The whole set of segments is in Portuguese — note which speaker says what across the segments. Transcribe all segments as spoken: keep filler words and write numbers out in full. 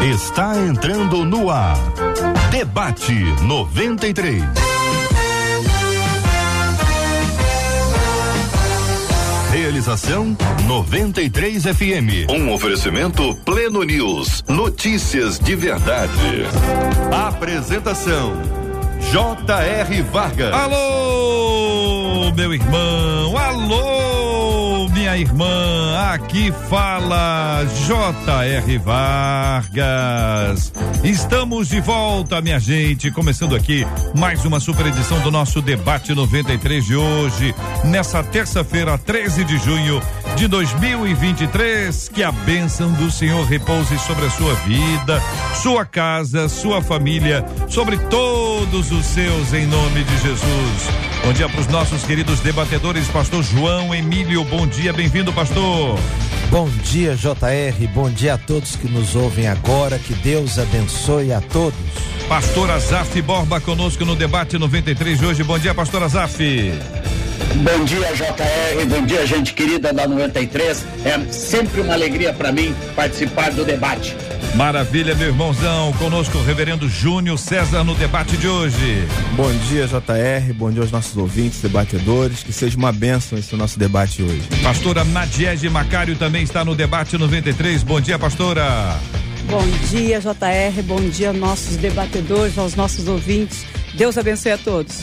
Speaker 1: Está entrando no ar. Debate noventa e três. Realização noventa e três F M. Um oferecimento Pleno News. Notícias de verdade. Apresentação J R Vargas.
Speaker 2: Alô, meu irmão. Alô, minha irmã. Aqui fala J R Vargas. Estamos de volta, minha gente. Começando aqui mais uma super edição do nosso Debate noventa e três de hoje, nessa terça-feira, treze de junho de dois mil e vinte e três. Que a bênção do Senhor repouse sobre a sua vida, sua casa, sua família, sobre todos os seus, em nome de Jesus. Bom dia para os nossos queridos debatedores, pastor João Emílio. Bom dia, bem-vindo, pastor.
Speaker 3: Bom dia, J R, bom dia a todos que nos ouvem agora, que Deus abençoe a todos.
Speaker 2: Pastor Azaf Borba conosco no Debate noventa e três de hoje. Bom dia, pastor Azaf.
Speaker 4: Bom dia, J R, bom dia, gente querida da noventa e três. É sempre uma alegria para mim participar do debate.
Speaker 2: Maravilha, meu irmãozão. Conosco o reverendo Júnior César no debate de hoje.
Speaker 5: Bom dia, J R, bom dia aos nossos ouvintes, debatedores, que seja uma bênção esse nosso debate hoje.
Speaker 2: Pastora Nadiege Macário também está no debate noventa e três. Bom dia, pastora.
Speaker 6: Bom dia, J R, bom dia aos nossos debatedores, aos nossos ouvintes. Deus abençoe a todos.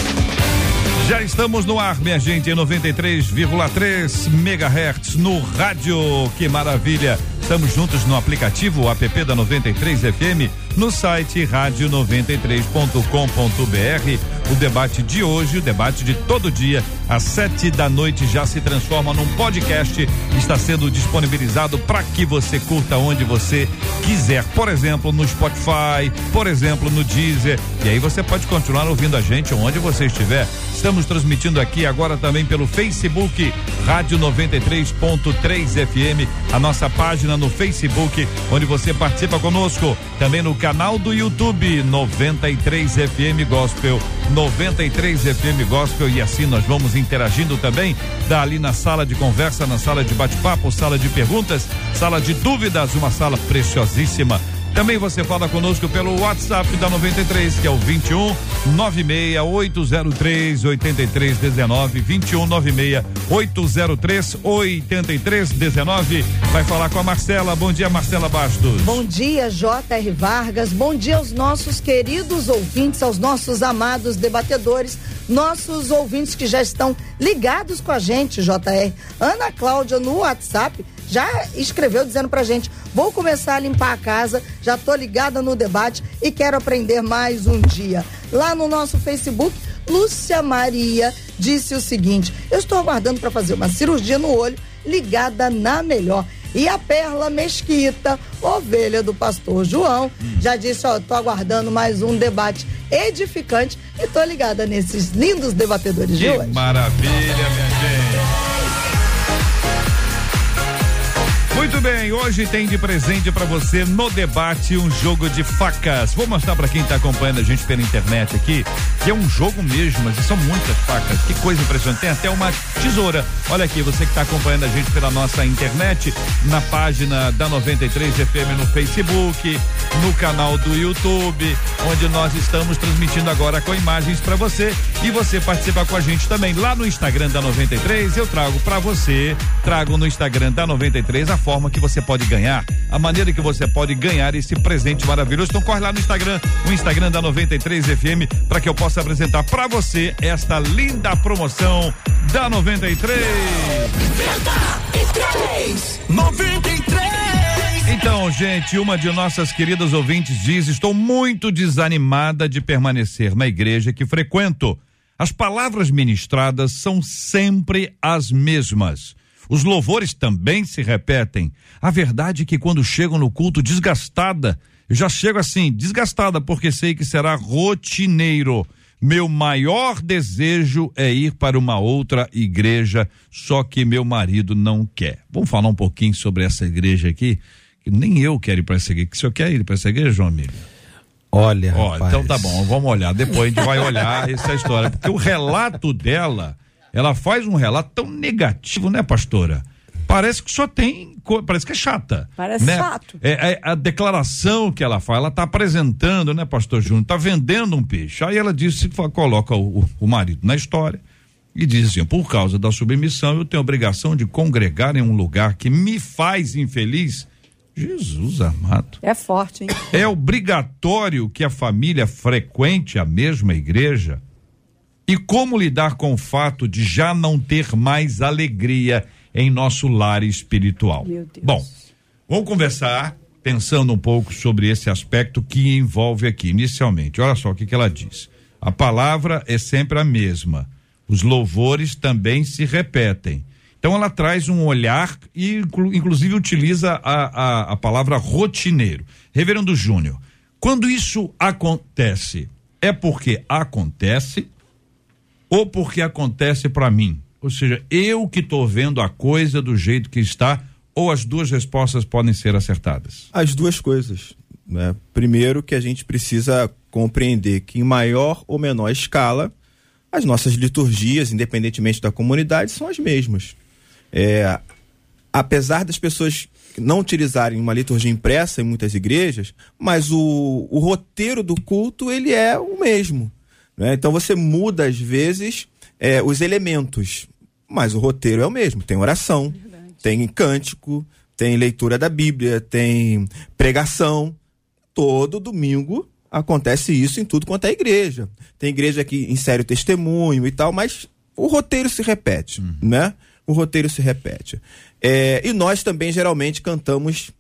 Speaker 2: Já estamos no ar, minha gente, em noventa e três vírgula três megahertz no rádio. Que maravilha! Estamos juntos no aplicativo, o app da noventa e três F M, no site rádio noventa e três ponto com ponto b r. O debate de hoje, o debate de todo dia, às sete da noite, já se transforma num podcast. Está sendo disponibilizado para que você curta onde você quiser. Por exemplo, no Spotify, por exemplo, no Deezer. E aí você pode continuar ouvindo a gente onde você estiver. Estamos transmitindo aqui agora também pelo Facebook, Rádio noventa e três ponto três F M, a nossa página no Facebook, onde você participa conosco. Também no canal do YouTube, noventa e três F M Gospel, noventa e três F M Gospel, e assim nós vamos interagindo também. Dá ali na sala de conversa, na sala de bate-papo, sala de perguntas, sala de dúvidas, uma sala preciosíssima. Também você fala conosco pelo WhatsApp da noventa e três, que é o vinte e um, nove seis oito zero três, oito três um nove, vinte e um, nove seis oito zero três, oito três um nove. Vai falar com a Marcela. Bom dia, Marcela Bastos.
Speaker 7: Bom dia, J R Vargas. Bom dia aos nossos queridos ouvintes, aos nossos amados debatedores, nossos ouvintes que já estão ligados com a gente, J R. Ana Cláudia no WhatsApp já escreveu dizendo pra gente: vou começar a limpar a casa, já tô ligada no debate e quero aprender mais um dia. Lá no nosso Facebook, Lúcia Maria disse o seguinte: eu estou aguardando para fazer uma cirurgia no olho, ligada na Melhor. E a Perla Mesquita, ovelha do pastor João, já disse: ó, tô aguardando mais um debate edificante e tô ligada nesses lindos debatedores
Speaker 2: que
Speaker 7: de hoje.
Speaker 2: Maravilha, minha gente. Muito bem, hoje tem de presente pra você no debate um jogo de facas. Vou mostrar pra quem tá acompanhando a gente pela internet aqui, que é um jogo mesmo, mas são muitas facas. Que coisa impressionante, tem até uma tesoura. Olha aqui, você que tá acompanhando a gente pela nossa internet, na página da noventa e três F M no Facebook, no canal do YouTube, onde nós estamos transmitindo agora com imagens pra você, e você participa com a gente também lá no Instagram da noventa e três. Eu trago pra você, trago no Instagram da noventa e três a forma que você pode ganhar, a maneira que você pode ganhar esse presente maravilhoso. Então corre lá no Instagram, o Instagram da noventa e três F M, para que eu possa apresentar para você esta linda promoção da noventa e três.
Speaker 1: noventa e três.
Speaker 2: Então, gente, uma de nossas queridas ouvintes diz: estou muito desanimada de permanecer na igreja que frequento. As palavras ministradas são sempre as mesmas. Os louvores também se repetem. A verdade é que quando chego no culto desgastada, eu já chego assim, desgastada, porque sei que será rotineiro. Meu maior desejo é ir para uma outra igreja, só que meu marido não quer. Vamos falar um pouquinho sobre essa igreja aqui, que nem eu quero ir para essa igreja. O senhor quer ir para essa igreja, João Emílio?
Speaker 3: Olha,
Speaker 2: Ó,
Speaker 3: rapaz.
Speaker 2: então tá bom, vamos olhar. Depois a gente vai olhar essa história, porque o relato dela, ela faz um relato tão negativo, né, pastora? parece que só tem, parece que é chata.
Speaker 6: Parece
Speaker 2: né?
Speaker 6: chato.
Speaker 2: É, é, a declaração que ela faz, ela tá apresentando, né, pastor Júnior, tá vendendo um peixe. Aí ela disse, coloca o, o marido na história e diz assim: por causa da submissão, eu tenho a obrigação de congregar em um lugar que me faz infeliz. Jesus amado.
Speaker 6: É forte, hein?
Speaker 2: É obrigatório que a família frequente a mesma igreja? E como lidar com o fato de já não ter mais alegria em nosso lar espiritual?
Speaker 6: Meu Deus.
Speaker 2: Bom, vamos conversar pensando um pouco sobre esse aspecto que envolve aqui inicialmente. Olha só o que que ela diz. A palavra é sempre a mesma. Os louvores também se repetem. Então ela traz um olhar e inclu, inclusive utiliza a, a, a palavra rotineiro. Reverendo Júnior, quando isso acontece, é porque acontece ou porque acontece para mim? Ou seja, eu que estou vendo a coisa do jeito que está, ou as duas respostas podem ser acertadas?
Speaker 5: As duas coisas, né? Primeiro, que a gente precisa compreender que em maior ou menor escala, as nossas liturgias, independentemente da comunidade, são as mesmas. É, apesar das pessoas não utilizarem uma liturgia impressa em muitas igrejas, mas o, o roteiro do culto, ele é o mesmo, né? Então você muda às vezes é, os elementos, mas o roteiro é o mesmo. Tem oração, verdade, tem cântico, tem leitura da Bíblia, tem pregação. Todo domingo acontece isso em tudo quanto é igreja. Tem igreja que insere o testemunho e tal, mas o roteiro se repete, uhum. né? O roteiro se repete. É, e nós também geralmente cantamos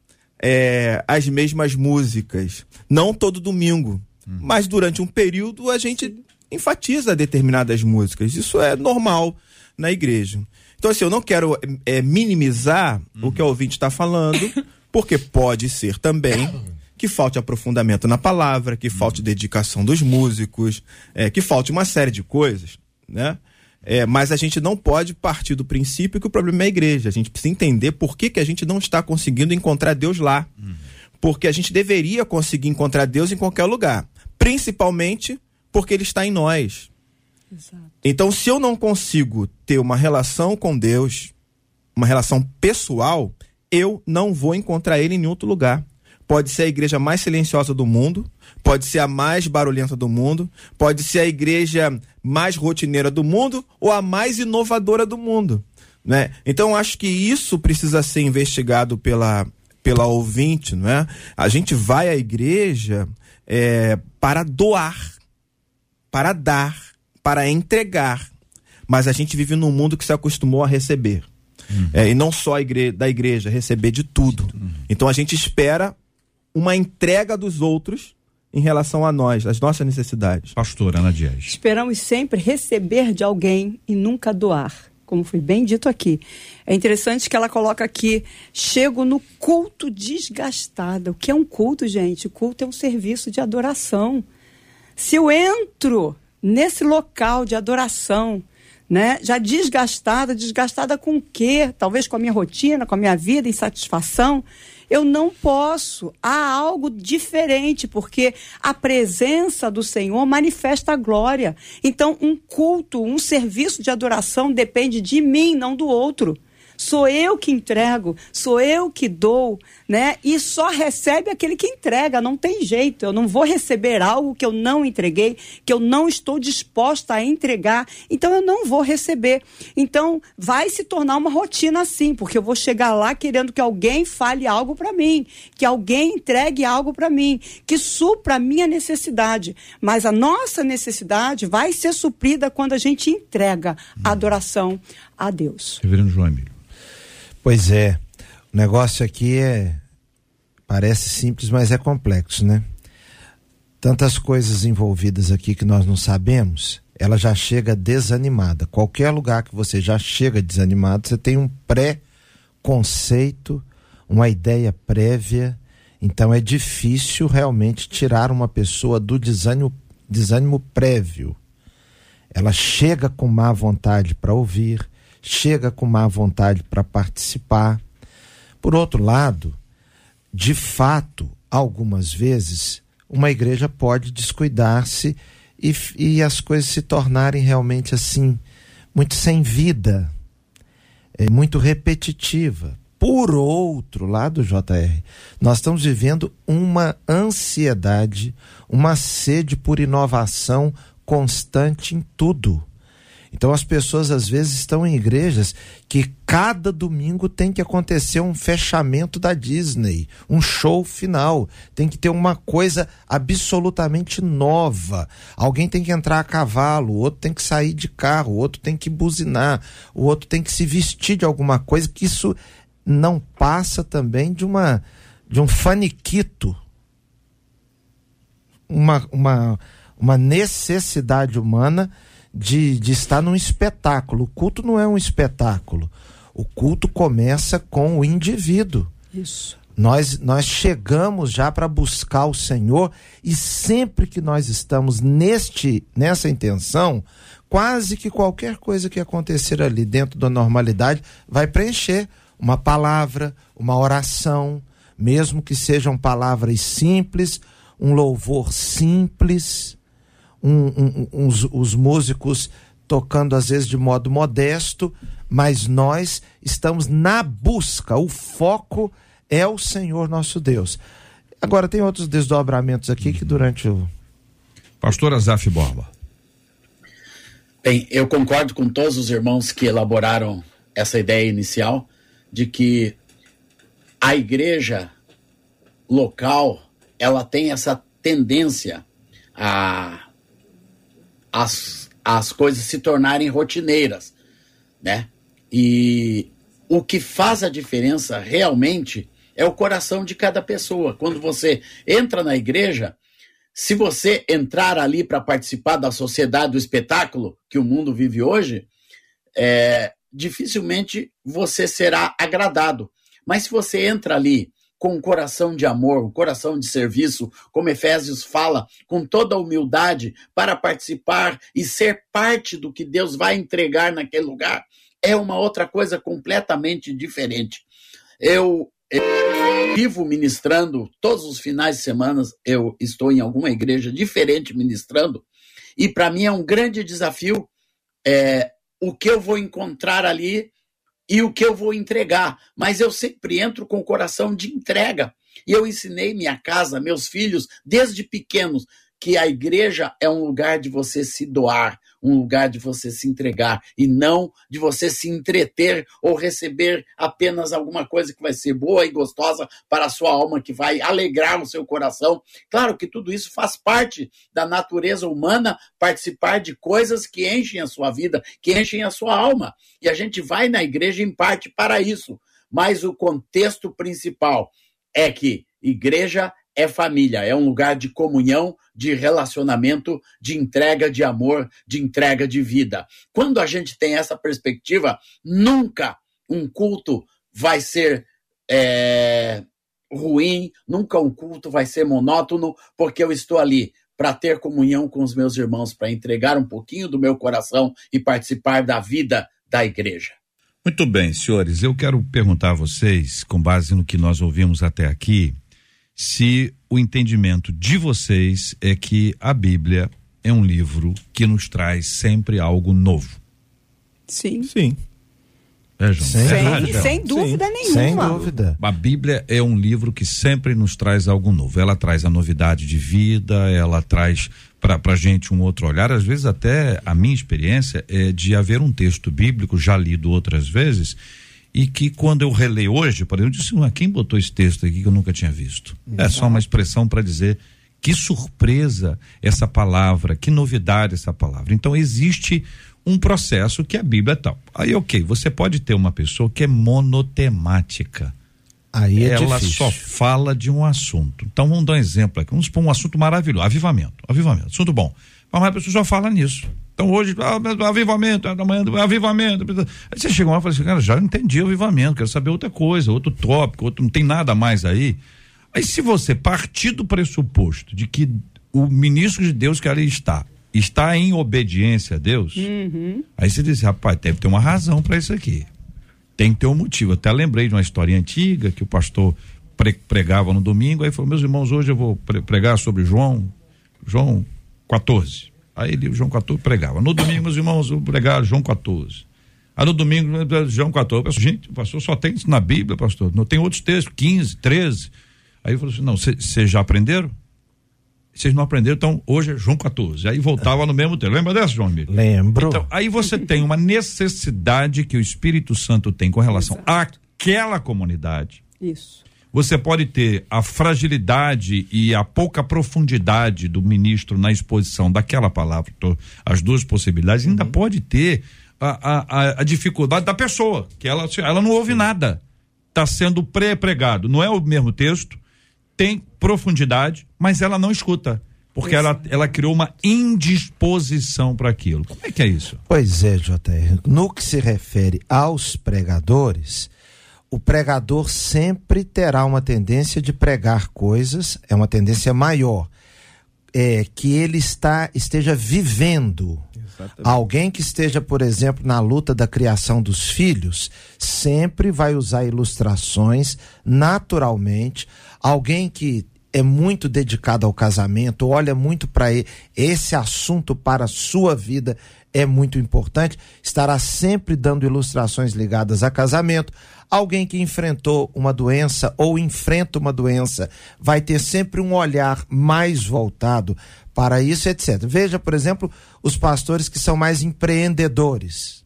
Speaker 5: é, as mesmas músicas. Não todo domingo, uhum. mas durante um período a gente enfatiza determinadas músicas. Isso é normal na igreja. Então, assim, eu não quero é, minimizar uhum. o que o ouvinte está falando, porque pode ser também que falte aprofundamento na palavra, que falte uhum. dedicação dos músicos, é, que falte uma série de coisas, né? É, mas a gente não pode partir do princípio que o problema é a igreja. A gente precisa entender por que, que a gente não está conseguindo encontrar Deus lá. Uhum. Porque a gente deveria conseguir encontrar Deus em qualquer lugar. Principalmente porque Ele está em nós. Exato. Então, se eu não consigo ter uma relação com Deus, uma relação pessoal, eu não vou encontrar Ele em nenhum outro lugar. Pode ser a igreja mais silenciosa do mundo, pode ser a mais barulhenta do mundo, pode ser a igreja mais rotineira do mundo ou a mais inovadora do mundo, né? Então, acho que isso precisa ser investigado pela, pela ouvinte, não é? A gente vai à igreja é, para doar, para dar, para entregar, mas a gente vive num mundo que se acostumou a receber. Uhum. É, e não só a igre- da igreja, receber de tudo. Uhum. Então, a gente espera uma entrega dos outros em relação a nós, as nossas necessidades.
Speaker 2: Pastora Ana Dias.
Speaker 6: Esperamos sempre receber de alguém e nunca doar, como foi bem dito aqui. É interessante que ela coloca aqui: chego no culto desgastada. O que é um culto, gente? O culto é um serviço de adoração. Se eu entro nesse local de adoração, né, já desgastada, desgastada com o quê? Talvez com a minha rotina, com a minha vida, insatisfação. Eu não posso. Há algo diferente, porque a presença do Senhor manifesta a glória. Então, um culto, um serviço de adoração depende de mim, não do outro. Sou eu que entrego, sou eu que dou, né? E só recebe aquele que entrega, não tem jeito. Eu não vou receber algo que eu não entreguei, que eu não estou disposta a entregar, então eu não vou receber. Então, vai se tornar uma rotina assim, porque eu vou chegar lá querendo que alguém fale algo para mim, que alguém entregue algo para mim, que supra a minha necessidade. Mas a nossa necessidade vai ser suprida quando a gente entrega a adoração a Deus.
Speaker 2: Reverendo João Emílio.
Speaker 3: Pois é, o negócio aqui é, parece simples, mas é complexo, né? Tantas coisas envolvidas aqui que nós não sabemos, ela já chega desanimada. Qualquer lugar que você já chega desanimado, você tem um pré-conceito, uma ideia prévia, então é difícil realmente tirar uma pessoa do desânimo, desânimo prévio. Ela chega com má vontade para ouvir, chega com má vontade para participar. Por outro lado, de fato, algumas vezes, uma igreja pode descuidar-se e, e as coisas se tornarem realmente assim, muito sem vida. é, muito repetitiva. Por outro lado, J R, nós estamos vivendo uma ansiedade, uma sede por inovação constante em tudo. Então as pessoas às vezes estão em igrejas que cada domingo tem que acontecer um fechamento da Disney, um show final, tem que ter uma coisa absolutamente nova. Alguém tem que entrar a cavalo, o outro tem que sair de carro, o outro tem que buzinar, o outro tem que se vestir de alguma coisa, que isso não passa também de uma de um faniquito, uma, uma, uma necessidade humana De, de estar num espetáculo. O culto não é um espetáculo. O culto começa com o indivíduo.
Speaker 6: Isso.
Speaker 3: Nós, nós chegamos já para buscar o Senhor, e sempre que nós estamos neste, nessa intenção, quase que qualquer coisa que acontecer ali dentro da normalidade vai preencher. Uma palavra, uma oração, mesmo que sejam palavras simples, um louvor simples. Um, um, uns, os músicos tocando às vezes de modo modesto, mas nós estamos na busca, o foco é o Senhor nosso Deus. Agora tem outros desdobramentos aqui que durante o...
Speaker 2: Pastor Azaf Borba.
Speaker 4: Bem, eu concordo com todos os irmãos que elaboraram essa ideia inicial de que a igreja local, ela tem essa tendência a As, as coisas se tornarem rotineiras, né? E o que faz a diferença realmente é o coração de cada pessoa. Quando você entra na igreja, se você entrar ali para participar da sociedade do espetáculo que o mundo vive hoje, é, dificilmente você será agradado. Mas se você entra ali com um coração de amor, um coração de serviço, como Efésios fala, com toda a humildade para participar e ser parte do que Deus vai entregar naquele lugar, é uma outra coisa completamente diferente. Eu, eu vivo ministrando, todos os finais de semana eu estou em alguma igreja diferente ministrando, e para mim é um grande desafio é, o que eu vou encontrar ali e o que eu vou entregar, mas eu sempre entro com o coração de entrega. E eu ensinei minha casa, meus filhos, desde pequenos, que a igreja é um lugar de você se doar, um lugar de você se entregar, e não de você se entreter ou receber apenas alguma coisa que vai ser boa e gostosa para a sua alma, que vai alegrar o seu coração. Claro que tudo isso faz parte da natureza humana, participar de coisas que enchem a sua vida, que enchem a sua alma. E a gente vai na igreja em parte para isso. Mas o contexto principal é que igreja é família, é um lugar de comunhão, de relacionamento, de entrega de amor, de entrega de vida. Quando a gente tem essa perspectiva, nunca um culto vai ser é, ruim, nunca um culto vai ser monótono, porque eu estou ali para ter comunhão com os meus irmãos, para entregar um pouquinho do meu coração e participar da vida da igreja.
Speaker 2: Muito bem, senhores, eu quero perguntar a vocês, com base no que nós ouvimos até aqui, se o entendimento de vocês é que a Bíblia é um livro que nos traz sempre algo novo.
Speaker 6: Sim.
Speaker 5: Sim.
Speaker 2: É, João?
Speaker 6: Sem,
Speaker 2: Verdade, João?
Speaker 6: sem dúvida
Speaker 5: Sim.
Speaker 6: nenhuma.
Speaker 3: Sem dúvida.
Speaker 2: A Bíblia é um livro que sempre nos traz algo novo. Ela traz a novidade de vida, ela traz para a gente um outro olhar. Às vezes até a minha experiência é de haver um texto bíblico já lido outras vezes e que quando eu releio hoje, por exemplo, eu disse, quem botou esse texto aqui que eu nunca tinha visto? É só uma expressão para dizer que surpresa essa palavra, que novidade essa palavra. Então existe um processo que a Bíblia é tal. Aí, ok, você pode ter uma pessoa que é monotemática.
Speaker 3: Aí é
Speaker 2: Ela
Speaker 3: difícil.
Speaker 2: só fala de um assunto. Então vamos dar um exemplo aqui. Vamos supor um assunto maravilhoso, avivamento. Avivamento, assunto bom. Mas a pessoa só fala nisso. Então hoje, ah, avivamento, amanhã, avivamento. Aí você chega lá e fala assim, cara, já entendi o avivamento, quero saber outra coisa, outro tópico, outro, não tem nada mais aí. Aí se você partir do pressuposto de que o ministro de Deus que ali está, está em obediência a Deus,
Speaker 6: Uhum.
Speaker 2: aí você diz, rapaz, deve ter uma razão para isso aqui. Tem que ter um motivo. Até lembrei de uma história antiga que o pastor pre- pregava no domingo, aí falou, meus irmãos, hoje eu vou pre- pregar sobre João, João quatorze. Aí ele, João quatorze, pregava. No domingo, meus irmãos, eu vou pregar João quatorze. Aí no domingo, João quatorze, pastor, gente, pastor, só tem isso na Bíblia, pastor, não tem outros textos, quinze, treze. Aí eu falei assim, não, vocês já aprenderam? Vocês não aprenderam, então hoje é João quatorze. Aí voltava no mesmo texto. Lembra dessa, João Emílio?
Speaker 3: Lembro.
Speaker 2: Então, aí você tem uma necessidade que o Espírito Santo tem com relação Exato. àquela comunidade.
Speaker 6: Isso.
Speaker 2: Você pode ter a fragilidade e a pouca profundidade do ministro na exposição daquela palavra, as duas possibilidades, ainda uhum. pode ter a, a, a dificuldade da pessoa, que ela, ela não ouve nada, está sendo pré-pregado, não é o mesmo texto, tem profundidade, mas ela não escuta, porque ela, ela criou uma indisposição para aquilo. Como é que é isso?
Speaker 3: Pois é, J R, no que se refere aos pregadores, o pregador sempre terá uma tendência de pregar coisas, é uma tendência maior, é, que ele está, esteja vivendo. Exatamente. Alguém que esteja, por exemplo, na luta da criação dos filhos, sempre vai usar ilustrações naturalmente. Alguém que é muito dedicado ao casamento, olha muito para esse assunto para a sua vida, é muito importante, estará sempre dando ilustrações ligadas a casamento. Alguém que enfrentou uma doença ou enfrenta uma doença vai ter sempre um olhar mais voltado para isso, etcétera. Veja, por exemplo, os pastores que são mais empreendedores.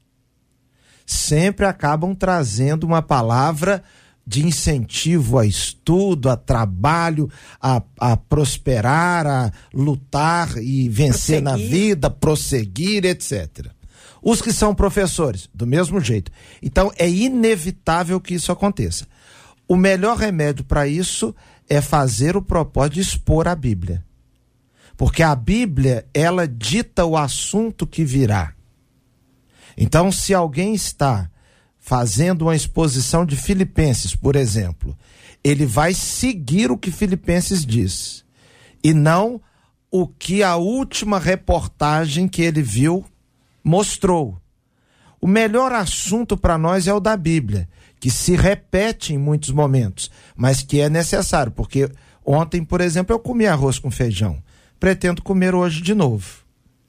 Speaker 3: Sempre acabam trazendo uma palavra de incentivo a estudo, a trabalho, a, a prosperar, a lutar e vencer prosseguir. na vida, prosseguir, etcétera. Os que são professores, do mesmo jeito. Então, é inevitável que isso aconteça. O melhor remédio para isso é fazer o propósito de expor a Bíblia. Porque a Bíblia, ela dita o assunto que virá. Então, se alguém está fazendo uma exposição de Filipenses, por exemplo, ele vai seguir o que Filipenses diz, e não o que a última reportagem que ele viu mostrou. O melhor assunto para nós é o da Bíblia, que se repete em muitos momentos, mas que é necessário, porque ontem, por exemplo, eu comi arroz com feijão, pretendo comer hoje de novo.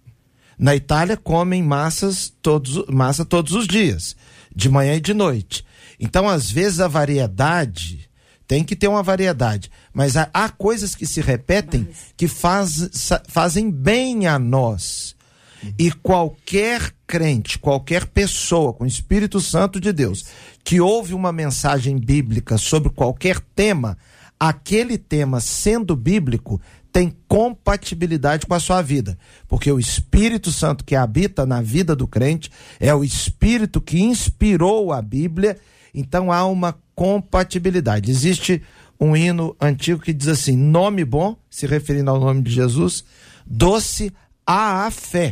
Speaker 3: Na Itália comem massas todos, massa todos os dias, de manhã e de noite. Então, às vezes, a variedade, tem que ter uma variedade, mas há, há coisas que se repetem que faz, fazem bem a nós. E qualquer crente, qualquer pessoa com o Espírito Santo de Deus, que ouve uma mensagem bíblica sobre qualquer tema, aquele tema sendo bíblico, tem compatibilidade com a sua vida, porque o Espírito Santo que habita na vida do crente é o Espírito que inspirou a Bíblia, então há uma compatibilidade. Existe um hino antigo que diz assim, nome bom, se referindo ao nome de Jesus, doce à fé.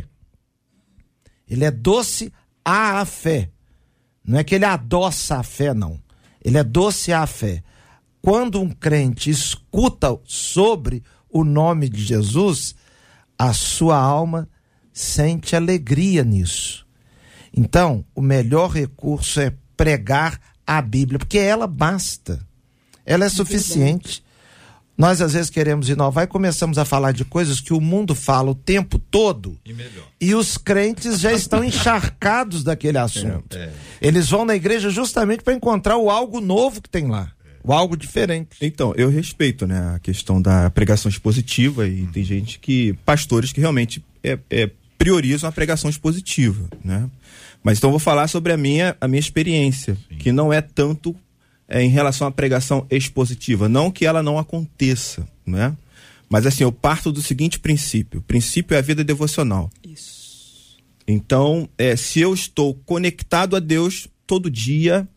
Speaker 3: Ele é doce à fé, não é que ele adoça a fé, não, ele é doce à fé. Quando um crente escuta sobre o nome de Jesus, a sua alma sente alegria nisso. Então, o melhor recurso é pregar a Bíblia, porque ela basta. Ela é suficiente. Nós, às vezes, queremos inovar e começamos a falar de coisas que o mundo fala o tempo todo. E melhor. E os crentes já estão encharcados daquele assunto. É, é. Eles vão na igreja justamente para encontrar o algo novo que tem lá. O algo diferente.
Speaker 5: Então, eu respeito, né, a questão da pregação expositiva e hum. tem gente que, pastores que realmente é, é, priorizam a pregação expositiva, né? Mas então eu vou falar sobre a minha, a minha experiência, Sim. que não é tanto é, em relação à pregação expositiva, não que ela não aconteça, né? Mas assim, eu parto do seguinte princípio, o princípio é a vida devocional. Isso. Então, é, se eu estou conectado a Deus todo dia,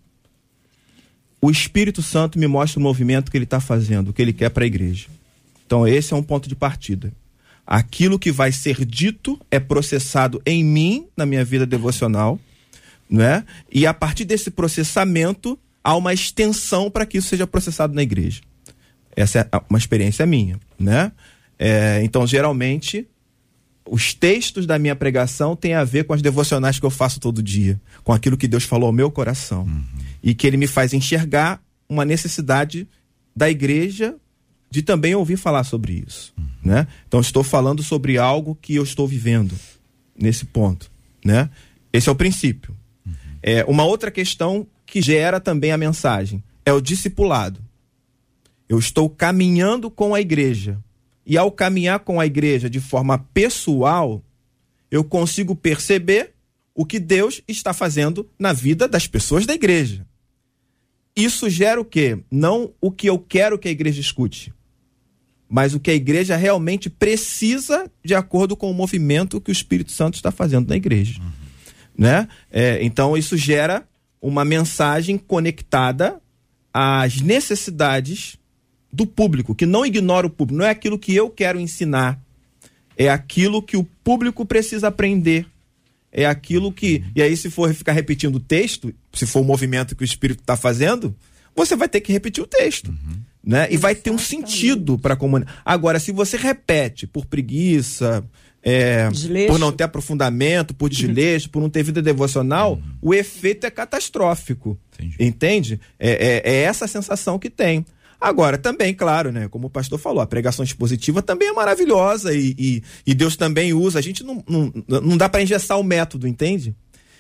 Speaker 5: o Espírito Santo me mostra o movimento que ele está fazendo, o que ele quer para a igreja. Então esse é um ponto de partida. Aquilo que vai ser dito é processado em mim, na minha vida devocional, né? E a partir desse processamento há uma extensão para que isso seja processado na igreja. Essa é uma experiência minha, né? É, então geralmente os textos da minha pregação têm a ver com as devocionais que eu faço todo dia, com aquilo que Deus falou ao meu coração. Uhum. E que ele me faz enxergar uma necessidade da igreja de também ouvir falar sobre isso, uhum. né? Então estou falando sobre algo que eu estou vivendo nesse ponto, né? Esse é o princípio. Uhum. É, uma outra questão que gera também a mensagem é o discipulado. Eu estou caminhando com a igreja. E ao caminhar com a igreja de forma pessoal, eu consigo perceber o que Deus está fazendo na vida das pessoas da igreja. Isso gera o quê? Não o que eu quero que a igreja escute, mas o que a igreja realmente precisa de acordo com o movimento que o Espírito Santo está fazendo na igreja. Uhum. Né? É, então isso gera uma mensagem conectada às necessidades do público, que não ignora o público. Não é aquilo que eu quero ensinar, é aquilo que o público precisa aprender. É aquilo que... E aí, se for ficar repetindo o texto, se for o movimento que o Espírito está fazendo, você vai ter que repetir o texto. Uhum. Né? E vai ter um sentido para a comunidade. Agora, se você repete por preguiça, é, por não ter aprofundamento, por desleixo, por não ter vida devocional, uhum. o efeito é catastrófico. Entendi. Entende? É, é, é essa a sensação que tem. Agora, também, claro, né? Como o pastor falou, a pregação expositiva também é maravilhosa e, e, e Deus também usa. A gente não, não, não dá para engessar o método, entende?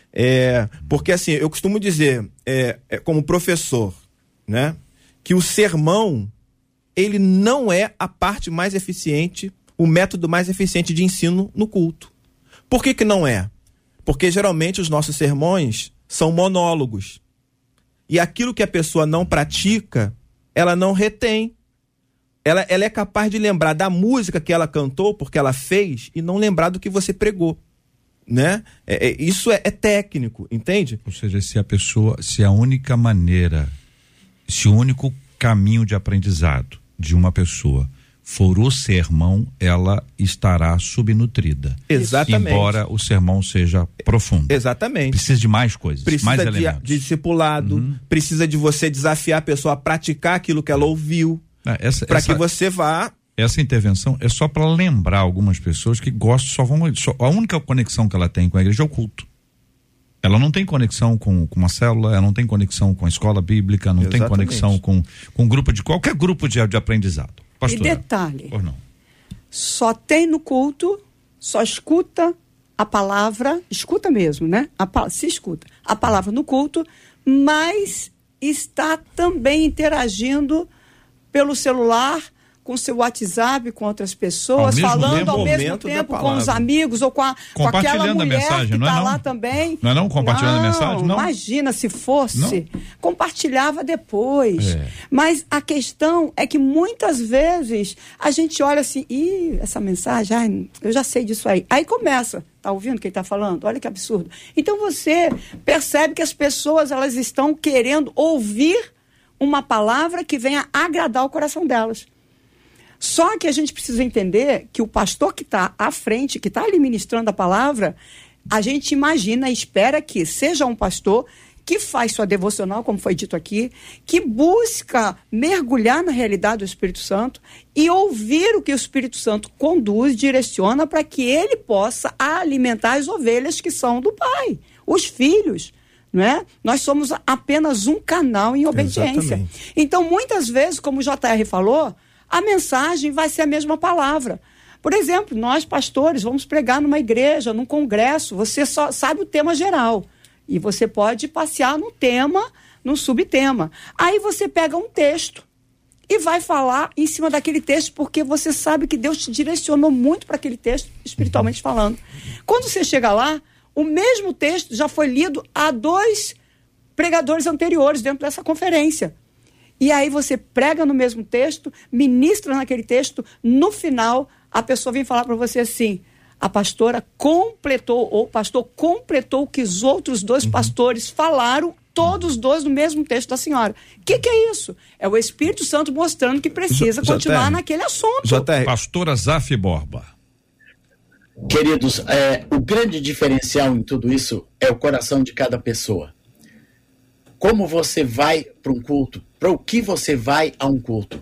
Speaker 5: É, porque, assim, eu costumo dizer, é, é, como professor, né? Que o sermão, ele não é a parte mais eficiente, o método mais eficiente de ensino no culto. Por que que não é? Porque, geralmente, os nossos sermões são monólogos. E aquilo que a pessoa não pratica, ela não retém. Ela, ela é capaz de lembrar da música que ela cantou, porque ela fez, e não lembrar do que você pregou. Né? É, é, isso é, é técnico, entende?
Speaker 2: Ou seja, se a pessoa, se a única maneira, se o único caminho de aprendizado de uma pessoa for o sermão, ela estará subnutrida.
Speaker 5: Exatamente.
Speaker 2: Embora o sermão seja profundo.
Speaker 5: Exatamente.
Speaker 2: Precisa de mais coisas,
Speaker 5: precisa
Speaker 2: mais
Speaker 5: de,
Speaker 2: elementos.
Speaker 5: de discipulado, uhum. precisa de você desafiar a pessoa a praticar aquilo que ela ouviu, é, para que você vá...
Speaker 2: Essa intervenção é só para lembrar algumas pessoas que gostam, só vão, só, a única conexão que ela tem com a igreja é o culto. Ela não tem conexão com, com uma célula, ela não tem conexão com a escola bíblica, não Exatamente. Tem conexão com, com um grupo de, qualquer grupo de, de aprendizado. Pastora,
Speaker 6: e detalhe,
Speaker 2: ou não?
Speaker 6: Só tem no culto, só escuta a palavra, escuta mesmo, né? A, se escuta a palavra no culto, mas está também interagindo pelo celular, com seu WhatsApp, com outras pessoas, ao falando tempo, ao mesmo tempo com os amigos ou com, a, com aquela mulher mensagem, que está
Speaker 2: é
Speaker 6: lá também.
Speaker 2: Não é não compartilhando
Speaker 6: não,
Speaker 2: a mensagem? Não,
Speaker 6: imagina se fosse. Não? Compartilhava depois.
Speaker 2: É.
Speaker 6: Mas a questão é que muitas vezes a gente olha assim, ih, essa mensagem, ai, eu já sei disso aí. Aí começa, tá ouvindo quem está falando? Olha que absurdo. Então você percebe que as pessoas, elas estão querendo ouvir uma palavra que venha agradar o coração delas. Só que a gente precisa entender que o pastor que está à frente, que está ali ministrando a palavra, a gente imagina e espera que seja um pastor que faz sua devocional, como foi dito aqui, que busca mergulhar na realidade do Espírito Santo e ouvir o que o Espírito Santo conduz, direciona para que ele possa alimentar as ovelhas que são do Pai, os filhos. Não é? Nós somos apenas um canal em obediência.
Speaker 5: Exatamente.
Speaker 6: Então, muitas vezes, como o J R falou, a mensagem vai ser a mesma palavra. Por exemplo, nós pastores vamos pregar numa igreja, num congresso, você só sabe o tema geral. E você pode passear no tema, no subtema. Aí você pega um texto e vai falar em cima daquele texto, porque você sabe que Deus te direcionou muito para aquele texto, espiritualmente falando. Quando você chega lá, o mesmo texto já foi lido a dois pregadores anteriores dentro dessa conferência. E aí você prega no mesmo texto, ministra naquele texto, no final a pessoa vem falar para você assim, a pastora completou, ou o pastor completou o que os outros dois uhum. pastores falaram, todos dois no mesmo texto da senhora. O que, que é isso? É o Espírito Santo mostrando que precisa J- continuar J R. naquele assunto.
Speaker 2: J R. Pastora Zaf Borba.
Speaker 4: Queridos, é, o grande diferencial em tudo isso é o coração de cada pessoa. Como você vai para um culto? Para o que você vai a um culto?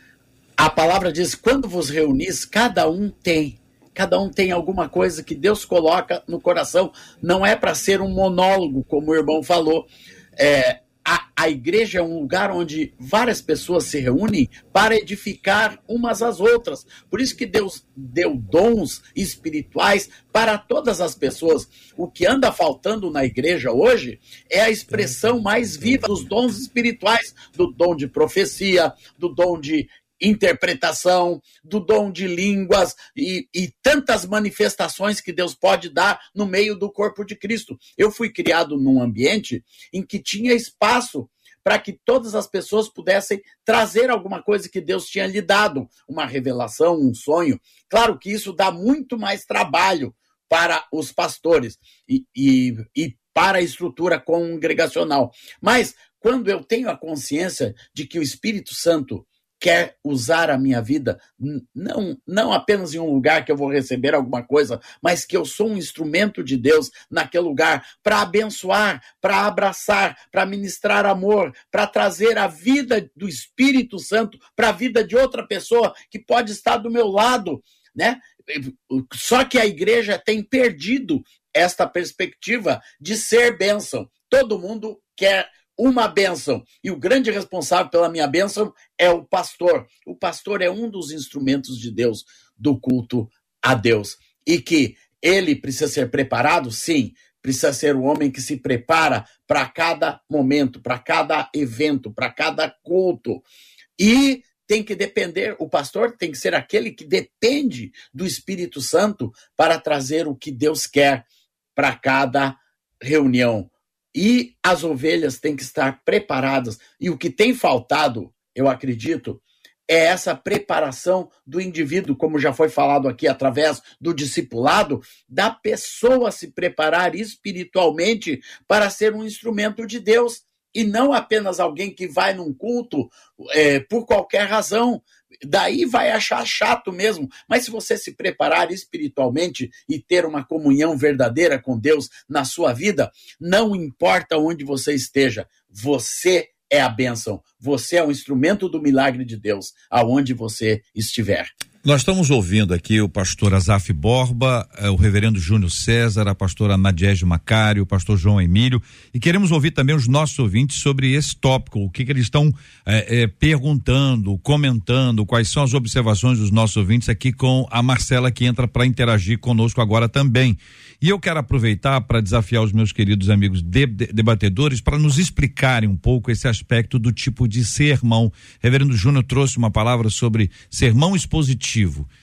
Speaker 4: A palavra diz, quando vos reunis, cada um tem. Cada um tem alguma coisa que Deus coloca no coração. Não é para ser um monólogo, como o irmão falou. É, a, a igreja é um lugar onde várias pessoas se reúnem para edificar umas às outras. Por isso que Deus deu dons espirituais para todas as pessoas. O que anda faltando na igreja hoje é a expressão mais viva dos dons espirituais, do dom de profecia, do dom de interpretação, do dom de línguas e, e tantas manifestações que Deus pode dar no meio do corpo de Cristo. Eu fui criado num ambiente em que tinha espaço para que todas as pessoas pudessem trazer alguma coisa que Deus tinha lhe dado, uma revelação, um sonho. Claro que isso dá muito mais trabalho para os pastores e, e, e para a estrutura congregacional. Mas quando eu tenho a consciência de que o Espírito Santo quer usar a minha vida, não, não apenas em um lugar que eu vou receber alguma coisa, mas que eu sou um instrumento de Deus naquele lugar para abençoar, para abraçar, para ministrar amor, para trazer a vida do Espírito Santo para a vida de outra pessoa que pode estar do meu lado, né? Só que a igreja tem perdido esta perspectiva de ser bênção. Todo mundo quer uma bênção, e o grande responsável pela minha bênção é o pastor. O pastor é um dos instrumentos de Deus, do culto a Deus, e que ele precisa ser preparado, sim, precisa ser o homem que se prepara para cada momento, para cada evento, para cada culto, e tem que depender, o pastor tem que ser aquele que depende do Espírito Santo para trazer o que Deus quer para cada reunião. E as ovelhas têm que estar preparadas. E o que tem faltado, eu acredito, é essa preparação do indivíduo, como já foi falado aqui, através do discipulado, da pessoa se preparar espiritualmente para ser um instrumento de Deus. E não apenas alguém que vai num culto é, por qualquer razão. Daí vai achar chato mesmo. Mas se você se preparar espiritualmente e ter uma comunhão verdadeira com Deus na sua vida, não importa onde você esteja, você é a bênção. Você é um instrumento do milagre de Deus, aonde você estiver.
Speaker 2: Nós estamos ouvindo aqui o pastor Azaf Borba, o reverendo Júnior César, a pastora Nadiege Macário, o pastor João Emílio, e queremos ouvir também os nossos ouvintes sobre esse tópico, o que, que eles estão é, é, perguntando, comentando, quais são as observações dos nossos ouvintes aqui com a Marcela, que entra para interagir conosco agora também. E eu quero aproveitar para desafiar os meus queridos amigos de, de, debatedores para nos explicarem um pouco esse aspecto do tipo de sermão. Reverendo Júnior trouxe uma palavra sobre sermão expositivo.